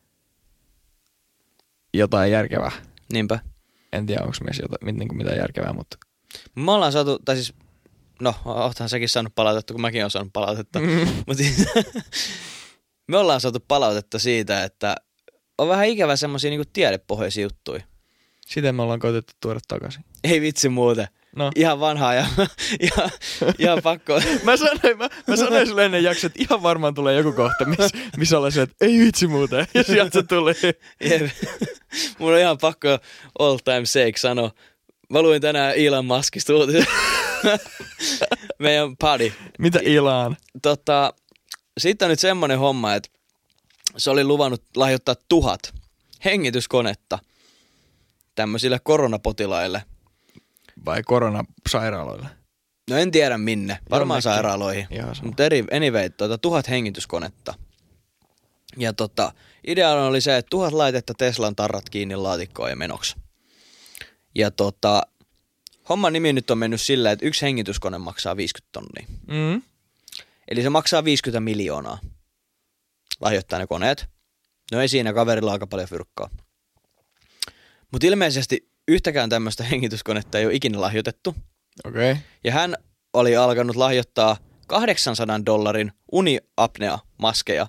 jotain järkevää? Niinpä. En tiedä, onko meissä jotain, niin mitään järkevää, mutta... Me ollaan saatu, tai siis, no, oothan säkin saanut palautetta, kun mäkin olen saanut palautetta. Mm. Mutta siis, me ollaan saatu palautetta siitä, että on vähän ikävä semmosia niinku tiedepohjaisia juttuja. Sitä me ollaan koetettu tuoda takaisin. Ei vitsi muuten. No. Ihan vanhaa ja ihan, ihan pakko. mä sanoin, mä, mä sanoin sulle ennen jaksoa, että ihan varmaan tulee joku kohta, missä mis ollaan se, että ei vitsi muuten. Ja sieltä se tuli. Jep. Mun on ihan pakko all time sake sanoa. Mä luin tänään Elon Muskista uutisen. Meidän padi. Mitä Elon? Tota, sitten on nyt semmonen homma, että se oli luvannut lahjoittaa tuhat hengityskonetta tämmöisille koronapotilaille. Vai koronasairaaloille? No en tiedä minne, varmaan Jonnekin. sairaaloihin. Mutta anyway, tuota, tuhat hengityskonetta. Ja tota, idea oli se, että tuhat laitetta Teslan tarrat kiinni laatikkoon ja menoksi. Ja tota, homman nimi nyt on mennyt silleen, että yksi hengityskone maksaa viisikymmentä tonnia. Mm. Eli se maksaa viisikymmentä miljoonaa. Lahjoittaa ne koneet. No ei siinä, kaverilla aika paljon fyrkkaa. Mutta ilmeisesti yhtäkään tämmöistä hengityskonetta ei ole ikinä lahjoitettu. Okei. Okay. Ja hän oli alkanut lahjoittaa kahdeksansadan dollarin uniapnea-maskeja.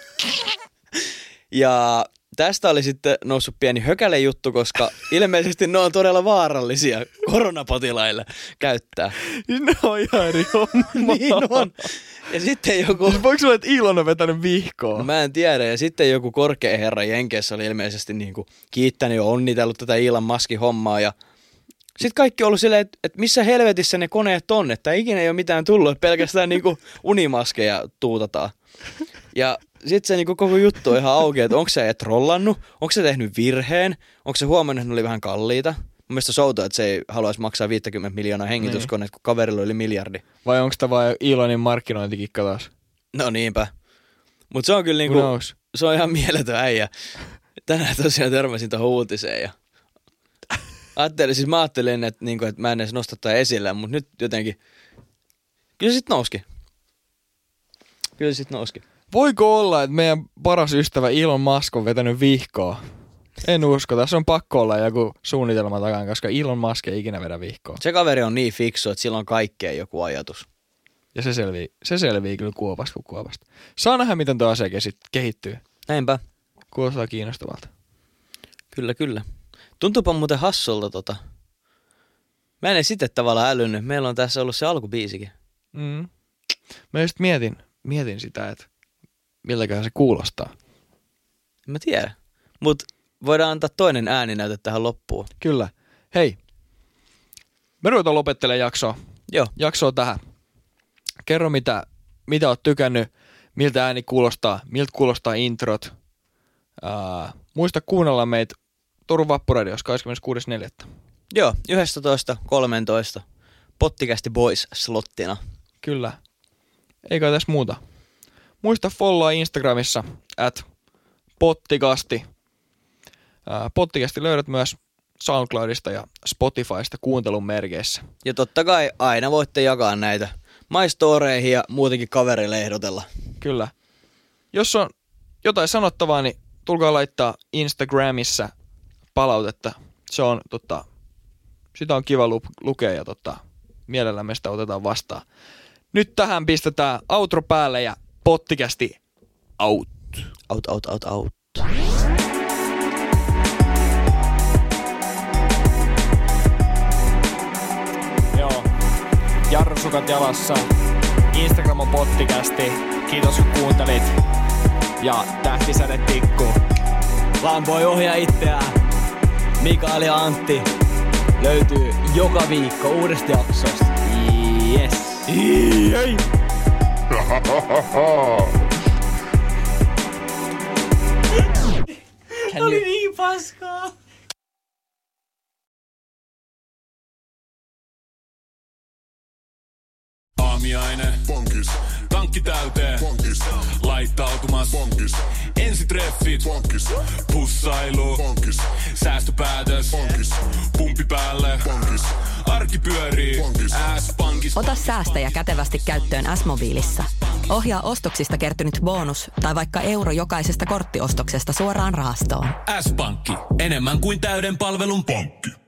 Ja tästä oli sitten noussut pieni hökäle juttu, koska ilmeisesti ne on todella vaarallisia koronapotilaille käyttää. Ne on ihan eri homma. Niin on. Ja sitten joku... Siis voiko sulla, että Elon on vetänyt vihkoa? No mä en tiedä. Ja sitten joku korkea herra Jenkeissä oli ilmeisesti niinku kiittänyt ja onnitellut tätä Elon Muskin hommaa. Ja sitten kaikki on ollut silleen, että, että missä helvetissä ne koneet on, että ikinä ei ole mitään tullut, pelkästään niinku unimaskeja tuutataan. Ja sitten se niinku koko juttu on ihan auki, että onko se trollannut, onko se tehnyt virheen, onko se huomannut, että ne oli vähän kalliita. Mun mielestä se on outoa, että se ei haluaisi maksaa viisikymmentä miljoonaa hengityskoneet, kun kaverilla oli miljardi. Vai onko tämä vain Elonin markkinointikikka taas? No niinpä. Mutta se on kyllä niinku, se on ihan mieletön äijä. tänään tosiaan törmäsin tuohon uutiseen ja ajattelin, siis mä ajattelin, että, niin kuin, että mä en edes nosta tätä esille, mutta nyt jotenkin, kyllä sit nouski. Kyllä sit nouski. Voiko olla, että meidän paras ystävä Elon Musk on vetänyt vihkoa? En usko, tässä on pakko olla joku suunnitelma takana, koska Elon Musk ei ikinä vedä vihkoa. Se kaveri on niin fiksu, että sillä on kaikkeen joku ajatus. Ja se selvii, se selvii kyllä kuopasta kuin kuopasta. Saa nähdä, miten tuo asia kehittyy. Näinpä. Kuulostaa kiinnostavalta. Kyllä, kyllä. Tuntuupa muuten hassulta tota. Mä en sitten tavallaan älynnyt. Meillä on tässä ollut se alkubiisikin. Mm. Mä just mietin, mietin sitä, että miltäkään se kuulostaa. Mä tiedän. Mut voidaan antaa toinen ääninäyte tähän loppuun. Kyllä. Hei. Me ruvetaan lopettelemaan jaksoa. Joo. Jaksoa tähän. Kerro mitä, mitä oot tykännyt, miltä ääni kuulostaa, miltä kuulostaa introt. Uh, muista kuunnella meitä Turun Vappuradiossa kahdeskymmeneskuudes neljättä Joo, yksitoista kolmetoista Pottikästi Boys slottina. Kyllä. Eikä tässä muuta. Muista followaa Instagramissa at pottikasti. Uh, pottikasti löydät myös SoundCloudista ja Spotifysta kuuntelun merkeissä. Ja totta kai aina voitte jakaa näitä maistoreihin ja muutenkin kaverille ehdotella. Kyllä. Jos on jotain sanottavaa, niin tulkaa laittaa Instagramissa palautetta. Se on, tota, sitä on kiva lu- lukea ja tota, mielellämme sitä otetaan vastaan. Nyt tähän pistetään outro päälle ja pottikästi out. Out, out, out, out. Joo. Jarrusukat jalassa. Instagram on pottikästi. Kiitos kun kuuntelit. Ja tähtisäde tikku. Vaan voi ohjaa itseään. Mikael ja Antti löytyy joka viikko uudesta jaksosta. Yes. Ei. Oli niin paskaa. Aamiainen. Bonkis. Tankki täyteen. Bonkis. Laittautumas. Bonkis. Ensitreffit. Bonkis. Pussailu. Bonkis. Säästöpäätös. Bonkis. Pumpi päälle. Bonkis. Arki pyörii. S-pankis. Ota säästäjä kätevästi käyttöön S-mobiilissa. Ohjaa ostoksista kertynyt bonus tai vaikka euro jokaisesta korttiostoksesta suoraan rahastoon. S-pankki. Enemmän kuin täyden palvelun pankki.